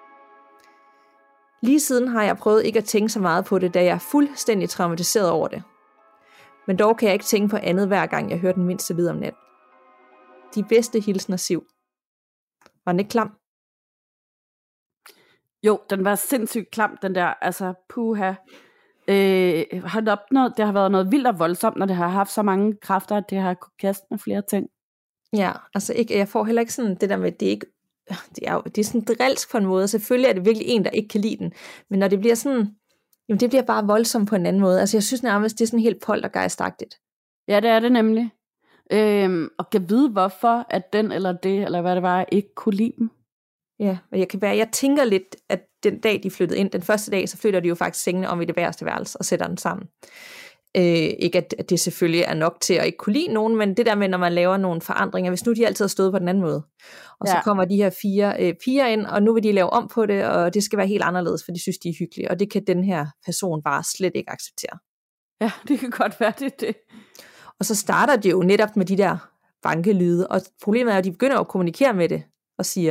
Lige siden har jeg prøvet ikke at tænke så meget på det, da jeg er fuldstændig traumatiseret over det. Men dog kan jeg ikke tænke på andet hver gang, jeg hører den mindste lyd om natten. De bedste hilsner, Siv. Var den ikke klam? Jo, den var sindssygt klam, den der, altså puha. Øh, har det, opnået, det har været noget vildt og voldsomt, når det har haft så mange kræfter, at det har kunne kaste med flere ting. Ja, altså ikke, jeg får heller ikke sådan det der med, det er ikke, det er jo, det er sådan drilsk på en måde. Selvfølgelig er det virkelig en, der ikke kan lide den, men når det bliver sådan, jamen det bliver bare voldsomt på en anden måde. Altså jeg synes nærmest, det er sådan helt poltergeistagtigt. Ja, det er det nemlig. Øhm, og kan vide, hvorfor at den eller det, eller hvad det var, ikke kunne lide dem. Ja, og jeg kan være, jeg tænker lidt, at den dag, de flyttede ind, den første dag, så flytter de jo faktisk sengene om i det bagerste værelse og sætter den sammen. Øh, ikke at, at det selvfølgelig er nok til at ikke kunne lide nogen, men det der med, når man laver nogle forandringer, hvis nu de altid har stået på den anden måde, og ja. Så kommer de her fire øh, piger ind, og nu vil de lave om på det, og det skal være helt anderledes, for de synes, de er hyggelige, og det kan den her person bare slet ikke acceptere. Ja, det kan godt være, det det. Og så starter det jo netop med de der bankelyde, og problemet er, at de begynder at kommunikere med det, og siger,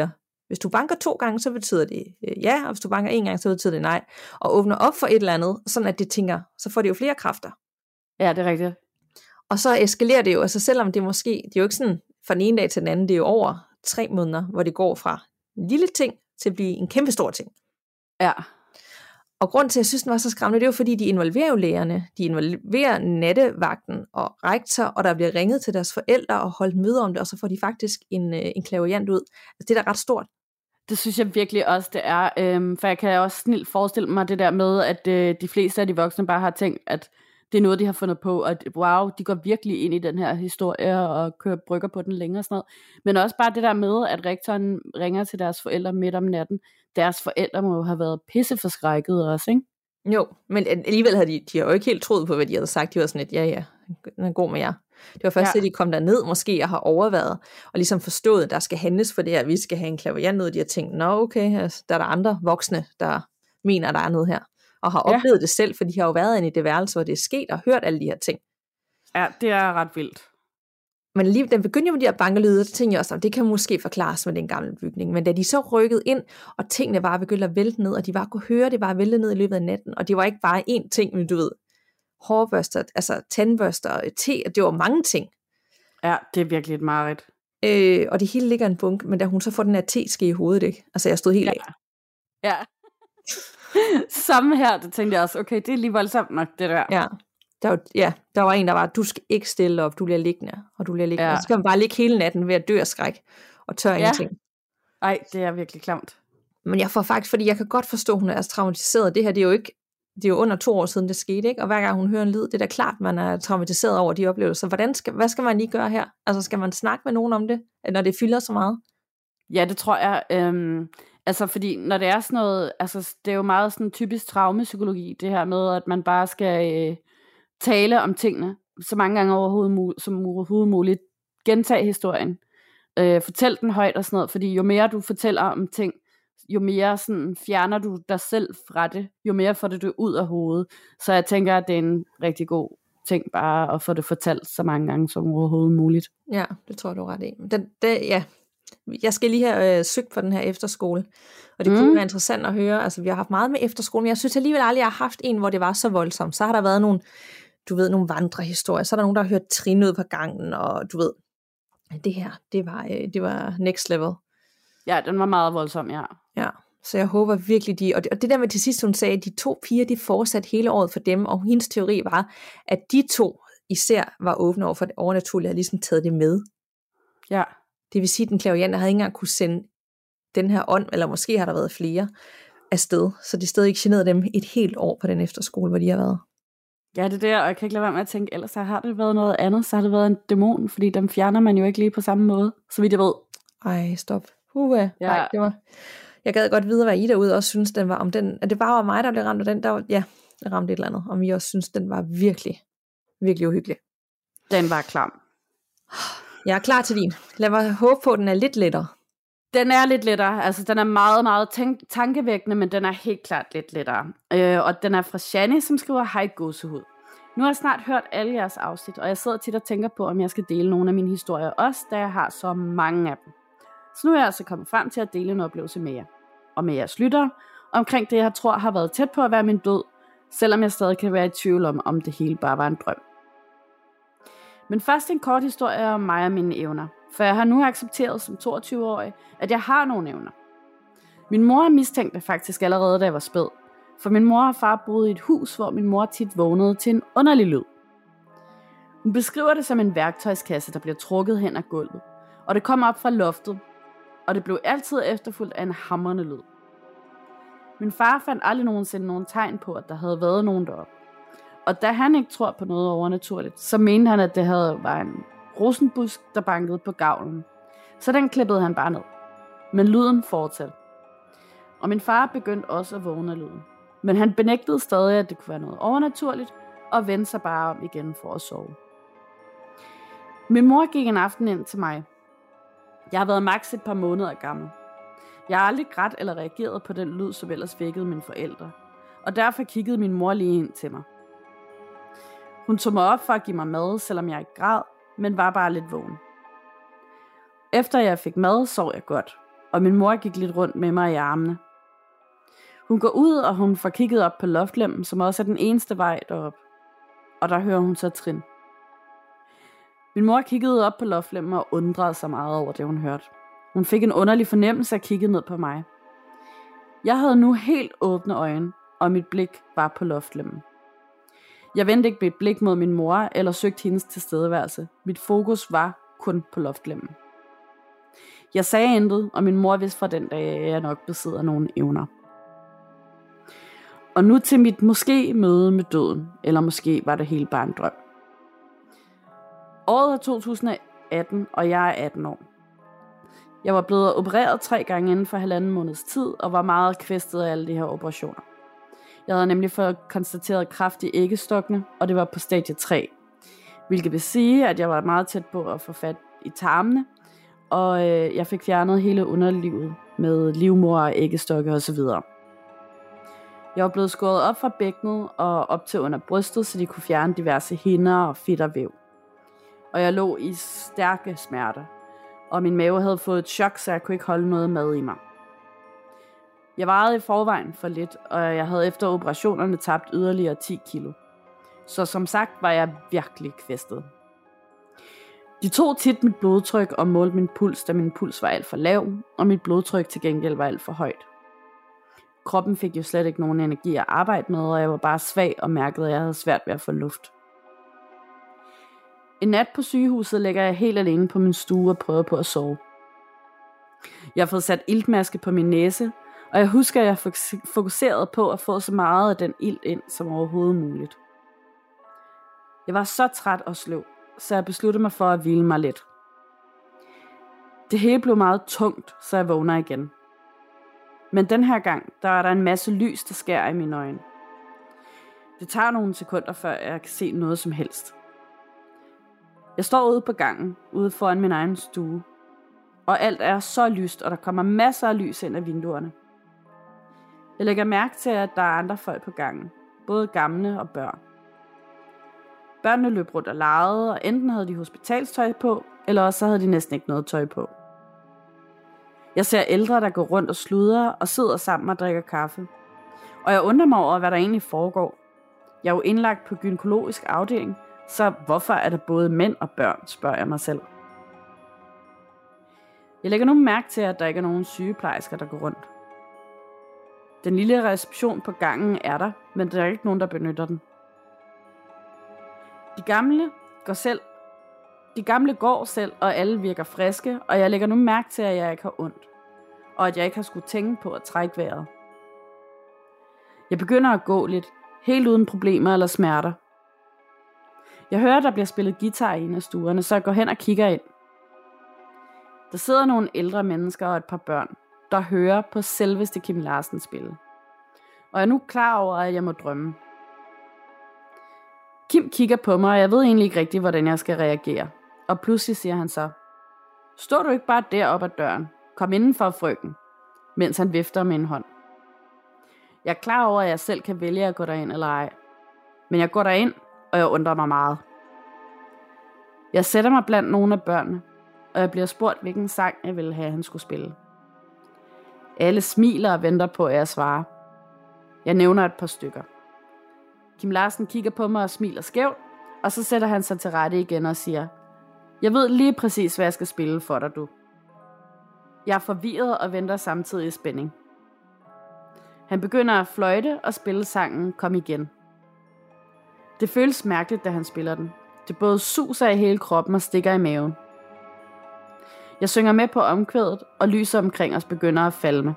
Hvis du banker to gange, så betyder det øh, ja, og hvis du banker en gang, så betyder det nej. Og åbner op for et eller andet, sådan at det tænker, så får det jo flere kræfter. Ja, det er rigtigt. Og så eskalerer det jo, altså selvom det måske, det er jo ikke sådan fra den ene dag til den anden, det er jo over tre måneder, hvor det går fra en lille ting til at blive en kæmpe stor ting. Ja. Og grund til, at jeg synes, den var så skræmmende, det er jo fordi, de involverer jo lærerne, de involverer nattevagten og rektor, og der bliver ringet til deres forældre og holdt møder om det, og så får de faktisk en, en clairvoyant ud. Altså det er da ret stort. Det synes jeg virkelig også, det er. Øhm, for jeg kan også snilt forestille mig det der med, at øh, de fleste af de voksne bare har tænkt, at det er noget, de har fundet på, og at, wow, de går virkelig ind i den her historie og kører brygger på den længere og sådan noget. Men også bare det der med, at rektoren ringer til deres forældre midt om natten. Deres forældre må jo have været pisseforskrækket også, ikke? Jo, men alligevel havde de, de har jo ikke helt troet på, hvad de havde sagt. De var sådan lidt, ja ja, den er god med jer. Det var først, ja. at de kom derned måske og har overvejet, og ligesom forstået, at der skal handles for det her, vi skal have en clairvoyant ud, og de har tænkt, nå okay, altså, der er der andre voksne, der mener, der er noget her, og har Ja. oplevet det selv, for de har jo været inde i det værelse, hvor det er sket, og hørt alle de her ting. Ja, det er ret vildt. Men lige, den begyndte jo med de her bankelyde, så tænkte jeg også, at det kan måske forklares med den gamle bygning. Men da de så rykkede ind, og tingene bare begyndte at vælte ned, og de bare kunne høre det bare vælte ned i løbet af natten, og det var ikke bare én ting, men du ved, hårbørster, altså tandbørster, te, og det var mange ting. Ja, det er virkelig et mareridt. Øh, og det hele ligger i en bunke, men da hun så får den her teske i hovedet, ikke? Altså jeg stod helt Ja. af. Ja. Samme her, det tænkte jeg også, okay, det er lige voldsomt nok, det der. Ja. Der var, ja, der var en, der var, du skal ikke stille op, du bliver liggende, og du bliver liggende. Ja. Og så kan man bare ligge hele natten ved at dø af skræk, og tør Ja. ingenting. Ej, det er virkelig klamt. Men jeg får faktisk, fordi jeg kan godt forstå, at hun er traumatiseret. Det her, det er jo ikke, det er jo under to år siden, det skete, ikke? Og hver gang hun hører en lyd, det er da klart, man er traumatiseret over de oplevelser. Hvordan skal, hvad skal man lige gøre her? Altså, skal man snakke med nogen om det, når det fylder så meget? Ja, det tror jeg. Øhm, altså, fordi når det er sådan noget, altså, det er jo meget sådan typisk traumepsykologi, det her med, at man bare skal øh, tale om tingene så mange gange overhovedet mul- som overhovedet muligt. Gentage historien. Øh, fortæl den højt og sådan noget, fordi jo mere du fortæller om ting, jo mere sådan fjerner du dig selv fra det, jo mere får det du ud af hovedet. Så jeg tænker, at det er en rigtig god ting bare at få det fortalt så mange gange som overhovedet muligt. Ja, det tror jeg, du er ret i. Den, det, ja. Jeg skal lige have øh, søgt for den her efterskole, og det mm. kunne være interessant at høre. Altså, vi har haft meget med efterskole, men jeg synes alligevel aldrig, jeg har haft en, hvor det var så voldsomt. Så har der været nogle, du ved, nogle vandrehistorier, så er der nogen, der har hørt trin ud på gangen, og du ved, det her, det var, øh, det var next level. Ja, den var meget voldsom, ja. Ja, så jeg håber virkelig, de, og det, og det der med til sidst, hun sagde, at de to piger, de fortsatte hele året for dem, og hendes teori var, at de to især var åbne over for det overnaturlige, og ligesom taget det med. Ja. Det vil sige, at den clairvoyante havde ikke engang kunne sende den her ånd, eller måske har der været flere, afsted, så de stadig ikke generede dem et helt år på den efterskole, hvor de har været. Ja, det er det, og jeg kan ikke lade være med at tænke, ellers har det været noget andet, så har det været en dæmon, fordi dem fjerner man jo ikke lige på samme måde, så vidt jeg ved. Ej, stop. Uh, ja. Ja. det var... Jeg gad godt vide, hvad I derude også synes, den var, om den, at det bare var mig, der blev ramt af den, der var, ja, der ramte et eller andet, om I også synes, den var virkelig, virkelig uhyggelig. Den var klam. Jeg er klar til din. Lad mig håbe på, at den er lidt lettere. Den er lidt lettere, altså den er meget, meget tænk- tankevækkende, men den er helt klart lidt lettere. Øh, og den er fra Shani, som skriver, hej gåsehud. Nu har jeg snart hørt alle jeres afsnit, og jeg sidder tit og tænker på, om jeg skal dele nogle af mine historier også, da jeg har så mange af dem. Så nu er jeg altså kommet frem til at dele en oplevelse med jer, og med jeres lyttere, omkring det, jeg tror har været tæt på at være min død, selvom jeg stadig kan være i tvivl om, om det hele bare var en drøm. Men først en kort historie om mig og mine evner, for jeg har nu accepteret som toogtyve-årig, at jeg har nogle evner. Min mor mistænkte faktisk allerede, da jeg var spæd, for min mor og far boede i et hus, hvor min mor tit vågnede til en underlig lyd. Hun beskriver det som en værktøjskasse, der bliver trukket hen ad gulvet, og det kom op fra loftet, og det blev altid efterfulgt af en hamrende lyd. Min far fandt aldrig nogensinde nogen tegn på, at der havde været nogen deroppe. Og da han ikke tror på noget overnaturligt, så mente han, at det havde var en rosenbusk, der bankede på gavlen. Så den klippede han bare ned. Men lyden fortsatte. Og min far begyndte også at vågne af lyden. Men han benægtede stadig, at det kunne være noget overnaturligt, og vendte sig bare om igen for at sove. Min mor gik en aften ind til mig. Jeg har været maks et par måneder gammel. Jeg har aldrig grædt eller reageret på den lyd, som ellers vækkede mine forældre. Og derfor kiggede min mor lige ind til mig. Hun tog mig op for at give mig mad, selvom jeg ikke græd, men var bare lidt vågen. Efter jeg fik mad, sov jeg godt, og min mor gik lidt rundt med mig i armene. Hun går ud, og hun får kigget op på loftlemmen, som også er den eneste vej derop. Og der hører hun så trin. Min mor kiggede op på loftlemmen og undrede sig meget over det, hun hørte. Hun fik en underlig fornemmelse og kiggede ned på mig. Jeg havde nu helt åbne øjne, og mit blik var på loftlemmen. Jeg vendte ikke mit blik mod min mor eller søgte hendes tilstedeværelse. Mit fokus var kun på loftlemmen. Jeg sagde intet, og min mor vidste fra den dag, at jeg nok besidder nogle evner. Og nu til mit måske møde med døden, eller måske var det hele bare en drøm. Året er to tusind atten, og jeg er atten år. Jeg var blevet opereret tre gange inden for halvanden måneds tid, og var meget kvæstet af alle de her operationer. Jeg havde nemlig fået konstateret kræft i æggestokkene, og det var på stadie tre. Hvilket vil sige, at jeg var meget tæt på at få fat i tarmene, og øh, jeg fik fjernet hele underlivet med livmor og æggestokke osv. Jeg var blevet skåret op fra bækkenet og op til under brystet, så de kunne fjerne diverse hinder og fedt og væv. Og jeg lå i stærke smerter, og min mave havde fået et chok, så jeg kunne ikke holde noget mad i mig. Jeg vejede i forvejen for lidt, og jeg havde efter operationerne tabt yderligere ti kilo. Så som sagt var jeg virkelig kvæstet. De tog tit mit blodtryk og målte min puls, da min puls var alt for lav, og mit blodtryk til gengæld var alt for højt. Kroppen fik jo slet ikke nogen energi at arbejde med, og jeg var bare svag og mærkede, at jeg havde svært ved at få luft. En nat på sygehuset ligger jeg helt alene på min stue og prøver på at sove. Jeg har fået sat iltmaske på min næse, og jeg husker, at jeg fokuserede på at få så meget af den ilt ind som overhovedet muligt. Jeg var så træt og sløv, så jeg besluttede mig for at hvile mig lidt. Det hele blev meget tungt, så jeg vågner igen. Men den her gang, der er der en masse lys, der skærer i mine øjne. Det tager nogle sekunder, før jeg kan se noget som helst. Jeg står ude på gangen, ude foran min egen stue, og alt er så lyst, og der kommer masser af lys ind af vinduerne. Jeg lægger mærke til, at der er andre folk på gangen, både gamle og børn. Børnene løb rundt og legede, og enten havde de hospitalstøj på, eller også havde de næsten ikke noget tøj på. Jeg ser ældre, der går rundt og sludrer og sidder sammen og drikker kaffe. Og jeg undrer mig over, hvad der egentlig foregår. Jeg er jo indlagt på gynækologisk afdeling, så hvorfor er der både mænd og børn, spørger jeg mig selv. Jeg lægger nu mærke til, at der ikke er nogen sygeplejersker, der går rundt. Den lille reception på gangen er der, men der er ikke nogen, der benytter den. De gamle går selv. De gamle går selv, og alle virker friske, og jeg lægger nu mærke til, at jeg ikke har ondt, og at jeg ikke har skulle tænke på at trække vejret. Jeg begynder at gå lidt, helt uden problemer eller smerter. Jeg hører, der bliver spillet guitar i en af stuerne, så jeg går hen og kigger ind. Der sidder nogle ældre mennesker og et par børn, der hører på selveste Kim Larsen spille. Og jeg er nu klar over, at jeg må drømme. Kim kigger på mig, og jeg ved egentlig ikke rigtigt, hvordan jeg skal reagere. Og pludselig siger han så: "Står du ikke bare deroppe ad døren? Kom indenfor, frøken," mens han vifter med en hånd. Jeg er klar over, at jeg selv kan vælge at gå derind eller ej. Men jeg går derind, og jeg undrer mig meget. Jeg sætter mig blandt nogle af børnene, og jeg bliver spurgt, hvilken sang jeg ville have, han skulle spille. Alle smiler og venter på, at jeg svarer. Jeg nævner et par stykker. Kim Larsen kigger på mig og smiler skævt, og så sætter han sig til rette igen og siger: "Jeg ved lige præcis, hvad jeg skal spille for dig, du." Jeg er forvirret og venter samtidig i spænding. Han begynder at fløjte og spille sangen "Kom igen". Det føles mærkeligt, da han spiller den. Det både suser i hele kroppen og stikker i maven. Jeg synger med på omkvædet, og lyset omkring os begynder at falme.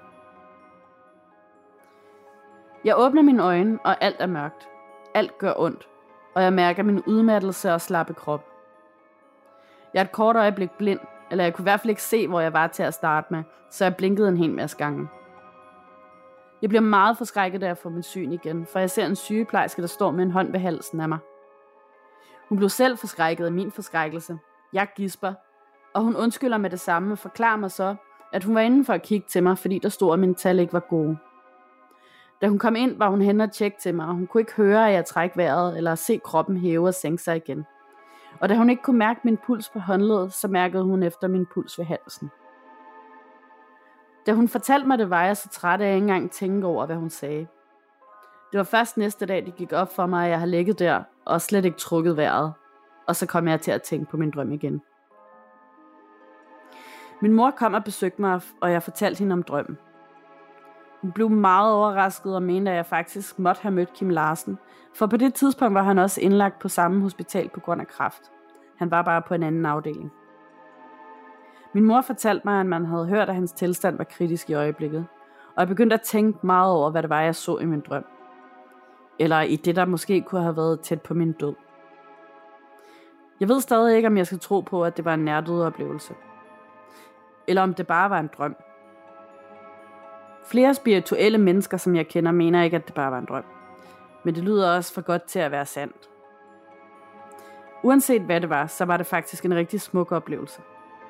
Jeg åbner mine øjne, og alt er mørkt. Alt gør ondt, og jeg mærker min udmattelse og slappe krop. Jeg er et kort øjeblik blind, eller jeg kunne i hvert fald ikke se, hvor jeg var til at starte med, så jeg blinkede en hel masse gange. Jeg bliver meget forskrækket, da jeg får min syn igen, for jeg ser en sygeplejerske, der står med en hånd ved halsen af mig. Hun blev selv forskrækket af min forskrækkelse. Jeg gisper, og hun undskylder med det samme og forklarer mig så, at hun var inde for at kigge til mig, fordi der stod, at mine tal ikke var gode. Da hun kom ind, var hun hen og tjekke til mig, og hun kunne ikke høre, at jeg træk vejret eller se kroppen hæve og sænke sig igen. Og da hun ikke kunne mærke min puls på håndledet, så mærkede hun efter min puls ved halsen. Da hun fortalte mig det, var jeg så træt, at jeg ikke engang tænkte over, hvad hun sagde. Det var først næste dag, det gik op for mig, at jeg har ligget der og slet ikke trukket vejret. Og så kom jeg til at tænke på min drøm igen. Min mor kom og besøgte mig, og jeg fortalte hende om drømmen. Hun blev meget overrasket og mente, at jeg faktisk måtte have mødt Kim Larsen. For på det tidspunkt var han også indlagt på samme hospital på grund af kræft. Han var bare på en anden afdeling. Min mor fortalte mig, at man havde hørt, at hans tilstand var kritisk i øjeblikket. Og jeg begyndte at tænke meget over, hvad det var, jeg så i min drøm. Eller i det, der måske kunne have været tæt på min død. Jeg ved stadig ikke, om jeg skal tro på, at det var en nærdød oplevelse. Eller om det bare var en drøm. Flere spirituelle mennesker, som jeg kender, mener ikke, at det bare var en drøm. Men det lyder også for godt til at være sandt. Uanset hvad det var, så var det faktisk en rigtig smuk oplevelse.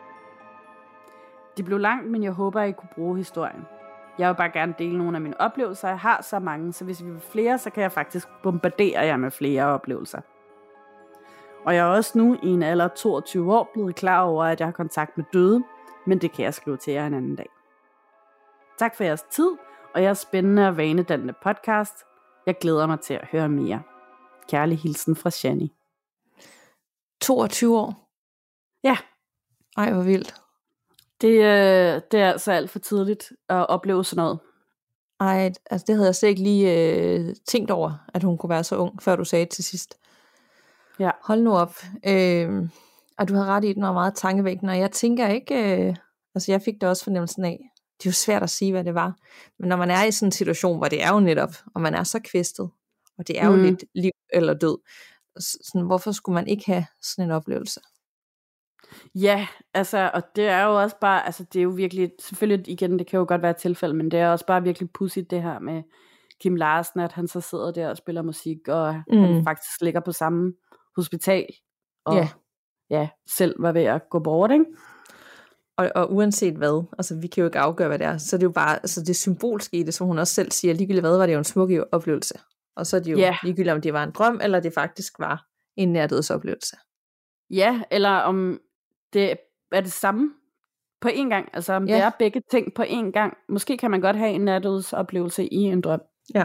Det blev langt, men jeg håber, at I kunne bruge historien. Jeg vil bare gerne dele nogle af mine oplevelser. Jeg har så mange, så hvis vi vil flere, så kan jeg faktisk bombardere jer med flere oplevelser. Og jeg er også nu i en alder af toogtyve år blevet klar over, at jeg har kontakt med døde, men det kan jeg skrive til jer en anden dag. Tak for jeres tid, og jeres spændende og vanedannende podcast. Jeg glæder mig til at høre mere. Kærlig hilsen fra Shani. toogtyve år? Ja. Ej, hvor vildt. Det, øh, det er altså alt for tidligt at opleve sådan noget. Ej, altså det havde jeg slet ikke lige øh, tænkt over, at hun kunne være så ung, før du sagde til sidst. Ja. Hold nu op. Øh, og du havde ret i, den var meget tankevækkende, og jeg tænker ikke, øh, altså jeg fik da også fornemmelsen af, det er jo svært at sige, hvad det var, men når man er i sådan en situation, hvor det er jo netop, og man er så kvæstet, og det er jo mm. lidt liv eller død, sådan, hvorfor skulle man ikke have sådan en oplevelse? Ja, altså, og det er jo også bare, altså det er jo virkelig, selvfølgelig igen, det kan jo godt være et tilfælde, men det er også bare virkelig pudsigt det her med Kim Larsen, at han så sidder der og spiller musik, og mm. han faktisk ligger på samme hospital, og yeah. ja, selv var ved at gå bort, ikke? Og, og uanset hvad, altså vi kan jo ikke afgøre, hvad det er, så det er jo bare, altså det symbolske i det, som hun også selv siger, ligegyldigt hvad, var det jo en smuk oplevelse. Og så er det jo yeah. ligegyldigt, om det var en drøm, eller det faktisk var en nærdødsoplevelse. Ja, eller om det er det samme på én gang, altså om ja. det er begge ting på én gang. Måske kan man godt have en nærdødsoplevelse i en drøm. Ja.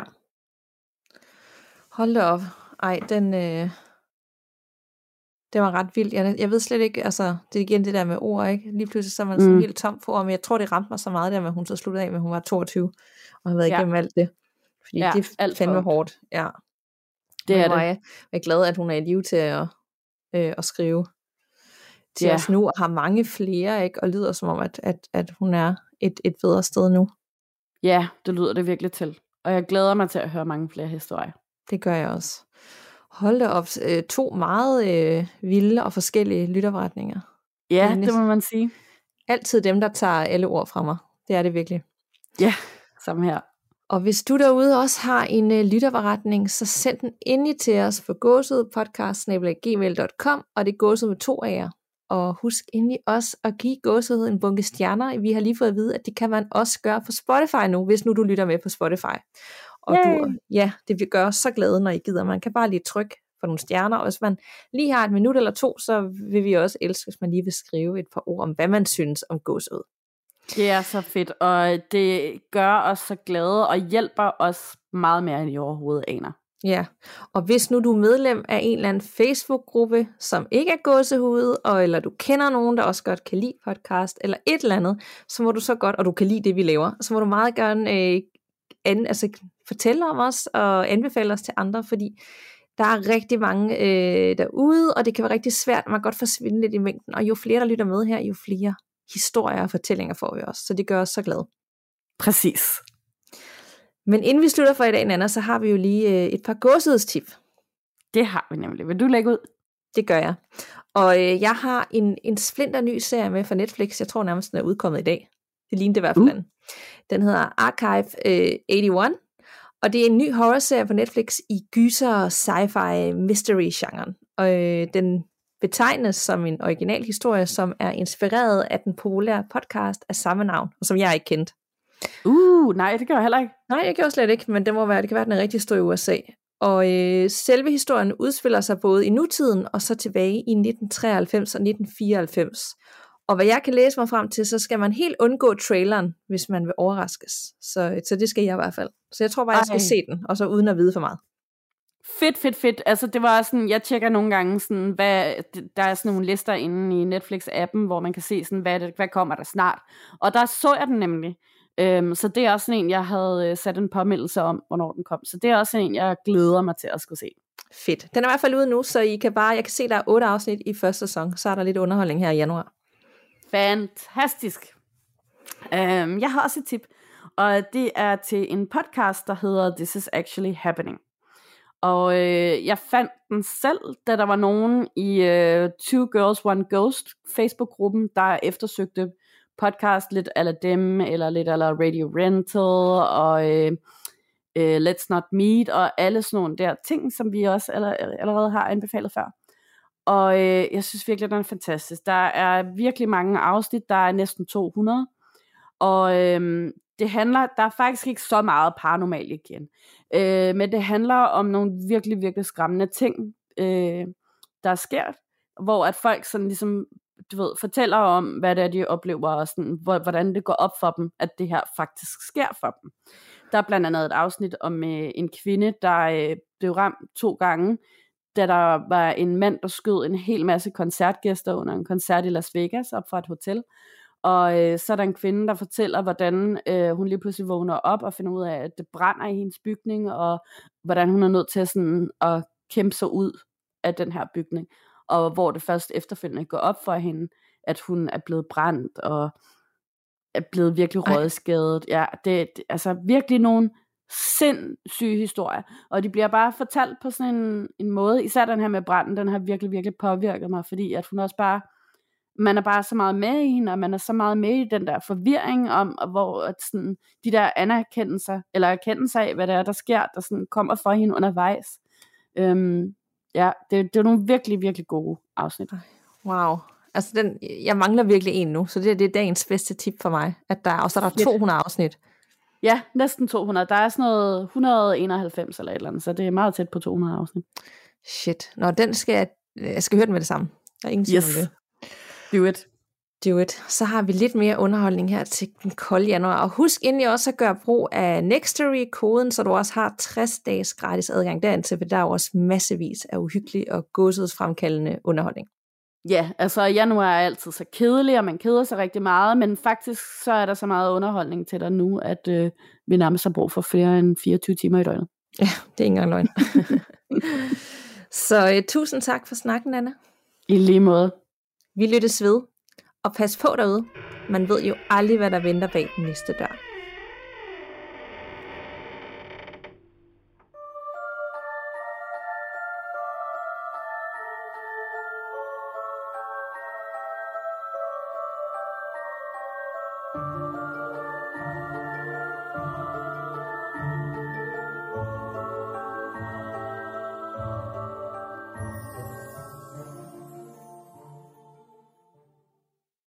Hold da op. Ej, den, øh, det var ret vildt. Jeg, jeg ved slet ikke, altså det er igen det der med ord, ikke? Lige pludselig så er man sådan mm. helt tom for ord, men jeg tror, det ramte mig så meget der, med hun så sluttede af med, hun var toogtyve, og har været ja. igennem alt det. Fordi ja, det er fandme for. hårdt. Ja. Det er det. Jeg er glad, at hun er i live til at, øh, at skrive til ja. os nu, og har mange flere, ikke? Og lyder som om, at, at, at hun er et, et bedre sted nu. Ja, det lyder det virkelig til. Og jeg glæder mig til at høre mange flere historier. Det gør jeg også. Hold da op, to meget øh, vilde og forskellige lytterretninger. Ja, det, det må man sige. Altid dem, der tager alle ord fra mig. Det er det virkelig. Ja, samme her. Og hvis du derude også har en uh, lytterberetning, så send den endelig til os på gåsehudpodcast snabel-a gmail punktum com, og det er gåsehud med to af jer. Og husk endelig også at give gåsehud en bunke stjerner. Vi har lige fået at vide, at det kan man også gøre på Spotify nu, hvis nu du lytter med på Spotify. Og du, ja, det vil gøre os så glade, når I gider. Man kan bare lige trykke på nogle stjerner, og hvis man lige har et minut eller to, så vil vi også elske, hvis man lige vil skrive et par ord om, hvad man synes om gåsehud. Det er så fedt, og det gør os så glade, og hjælper os meget mere, end I overhovedet aner. Ja, og hvis nu du er medlem af en eller anden Facebook-gruppe, som ikke er gåsehud, og eller du kender nogen, der også godt kan lide podcast, eller et eller andet, så må du så godt, og du kan lide det, vi laver, så må du meget gerne øh, an, altså, fortælle om os, og anbefale os til andre, fordi der er rigtig mange øh, derude, og det kan være rigtig svært, man kan godt forsvinde lidt i mængden, og jo flere, der lytter med her, jo flere historier og fortællinger får vi også, så det gør os så glade. Præcis. Men inden vi slutter for i dag, Nanna, så har vi jo lige øh, et par gåsehudstip. Det har vi nemlig. Vil du lægge ud? Det gør jeg. Og øh, jeg har en, en splinter ny serie med fra Netflix. Jeg tror nærmest, den er udkommet i dag. Det lignede det i hvert fald. Uh. Den hedder Archive øh, enogtyve. Og det er en ny horrorserie på Netflix i gyser, sci-fi, mystery-genren. Og øh, den betegnes som en original historie, som er inspireret af den populære podcast af samme navn, og som jeg ikke kendte. Uh, nej, det gør jeg heller ikke. Nej, jeg gjorde slet ikke, men det må være, det kan være, at den er rigtig stor i U S A. Og øh, selve historien udspiller sig både i nutiden, og så tilbage i nitten treoghalvfems og nitten fireoghalvfems. Og hvad jeg kan læse mig frem til, så skal man helt undgå traileren, hvis man vil overraskes. Så, så det skal jeg i hvert fald. Så jeg tror bare, jeg skal Ej. se den, og så uden at vide for meget. Fedt, fedt, fedt. Altså det var sådan, jeg tjekker nogle gange sådan, hvad, der er sådan nogle lister inde i Netflix-appen, hvor man kan se sådan, hvad, det, hvad kommer der snart. Og der så jeg den nemlig. Øhm, så det er også sådan en, jeg havde sat en påmeldelse om, hvornår den kom. Så det er også en, jeg glæder mig til at skulle se. Fedt. Den er i hvert fald ude nu, så I kan bare, jeg kan se, der er otte afsnit i første sæson, så er der lidt underholdning her i januar. Fantastisk. Øhm, jeg har også et tip, og det er til en podcast, der hedder This is Actually Happening. Og øh, jeg fandt den selv, da der var nogen i øh, Two Girls One Ghost Facebook-gruppen, der eftersøgte podcast lidt a la dem, eller lidt a la Radio Rental, og øh, øh, Let's Not Meet, og alle sådan nogle der ting, som vi også allerede har anbefalet før. Og øh, jeg synes virkelig, den er fantastisk. Der er virkelig mange afsnit, der er næsten to hundrede, og øh, det handler, der er faktisk ikke så meget paranormalt igen, øh, men det handler om nogle virkelig, virkelig skræmmende ting, øh, der sker, hvor at folk sådan ligesom, du ved, fortæller om, hvad det er, de oplever, og sådan, hvordan det går op for dem, at det her faktisk sker for dem. Der er blandt andet et afsnit om øh, en kvinde, der øh, blev ramt to gange, da der var en mand, der skød en hel masse koncertgæster under en koncert i Las Vegas op fra et hotel. Og øh, så er der en kvinde, der fortæller, hvordan øh, hun lige pludselig vågner op og finder ud af, at det brænder i hendes bygning, og hvordan hun er nødt til sådan, at kæmpe sig ud af den her bygning. Og hvor det først efterfølgende går op for hende, at hun er blevet brændt og er blevet virkelig rådskadet. Ja, det er altså virkelig nogle sindssyge historier. Og de bliver bare fortalt på sådan en, en måde, især den her med branden, den har virkelig, virkelig påvirket mig, fordi at hun også bare, man er bare så meget med i hende, og man er så meget med i den der forvirring om, hvor at sådan, de der anerkendelser, eller erkendelser af, hvad det er, der sker, der sådan kommer for hende undervejs. Øhm, ja, det, det er nogle virkelig, virkelig gode afsnit. Wow. Altså, den, jeg mangler virkelig en nu, så det, det er dagens bedste tip for mig, at der, og så er der to hundrede afsnit. Ja, næsten to hundrede. Der er sådan noget et hundrede og enoghalvfems eller et eller andet, så det er meget tæt på to hundrede afsnit. Shit. Nå, den skal jeg, jeg skal høre den med det samme. Der er ingen tvivl yes. om det. Do it. Do it. Så har vi lidt mere underholdning her til den kolde januar. Og husk endelig også at gøre brug af Nextory-koden, så du også har tres dages gratis adgang derindtil, for der er også massevis af uhyggelig og gåsedsfremkaldende underholdning. Ja, altså januar er altid så kedelig, og man keder sig rigtig meget, men faktisk så er der så meget underholdning til dig nu, at øh, vi nærmest har brug for flere end fireogtyve timer i døgnet. Ja, det er ikke engang løgn. Så øh, tusind tak for snakken, Anna. I lige måde. Vi lyttes ved, og pas på derude. Man ved jo aldrig, hvad der venter bag den næste dør. Thank you.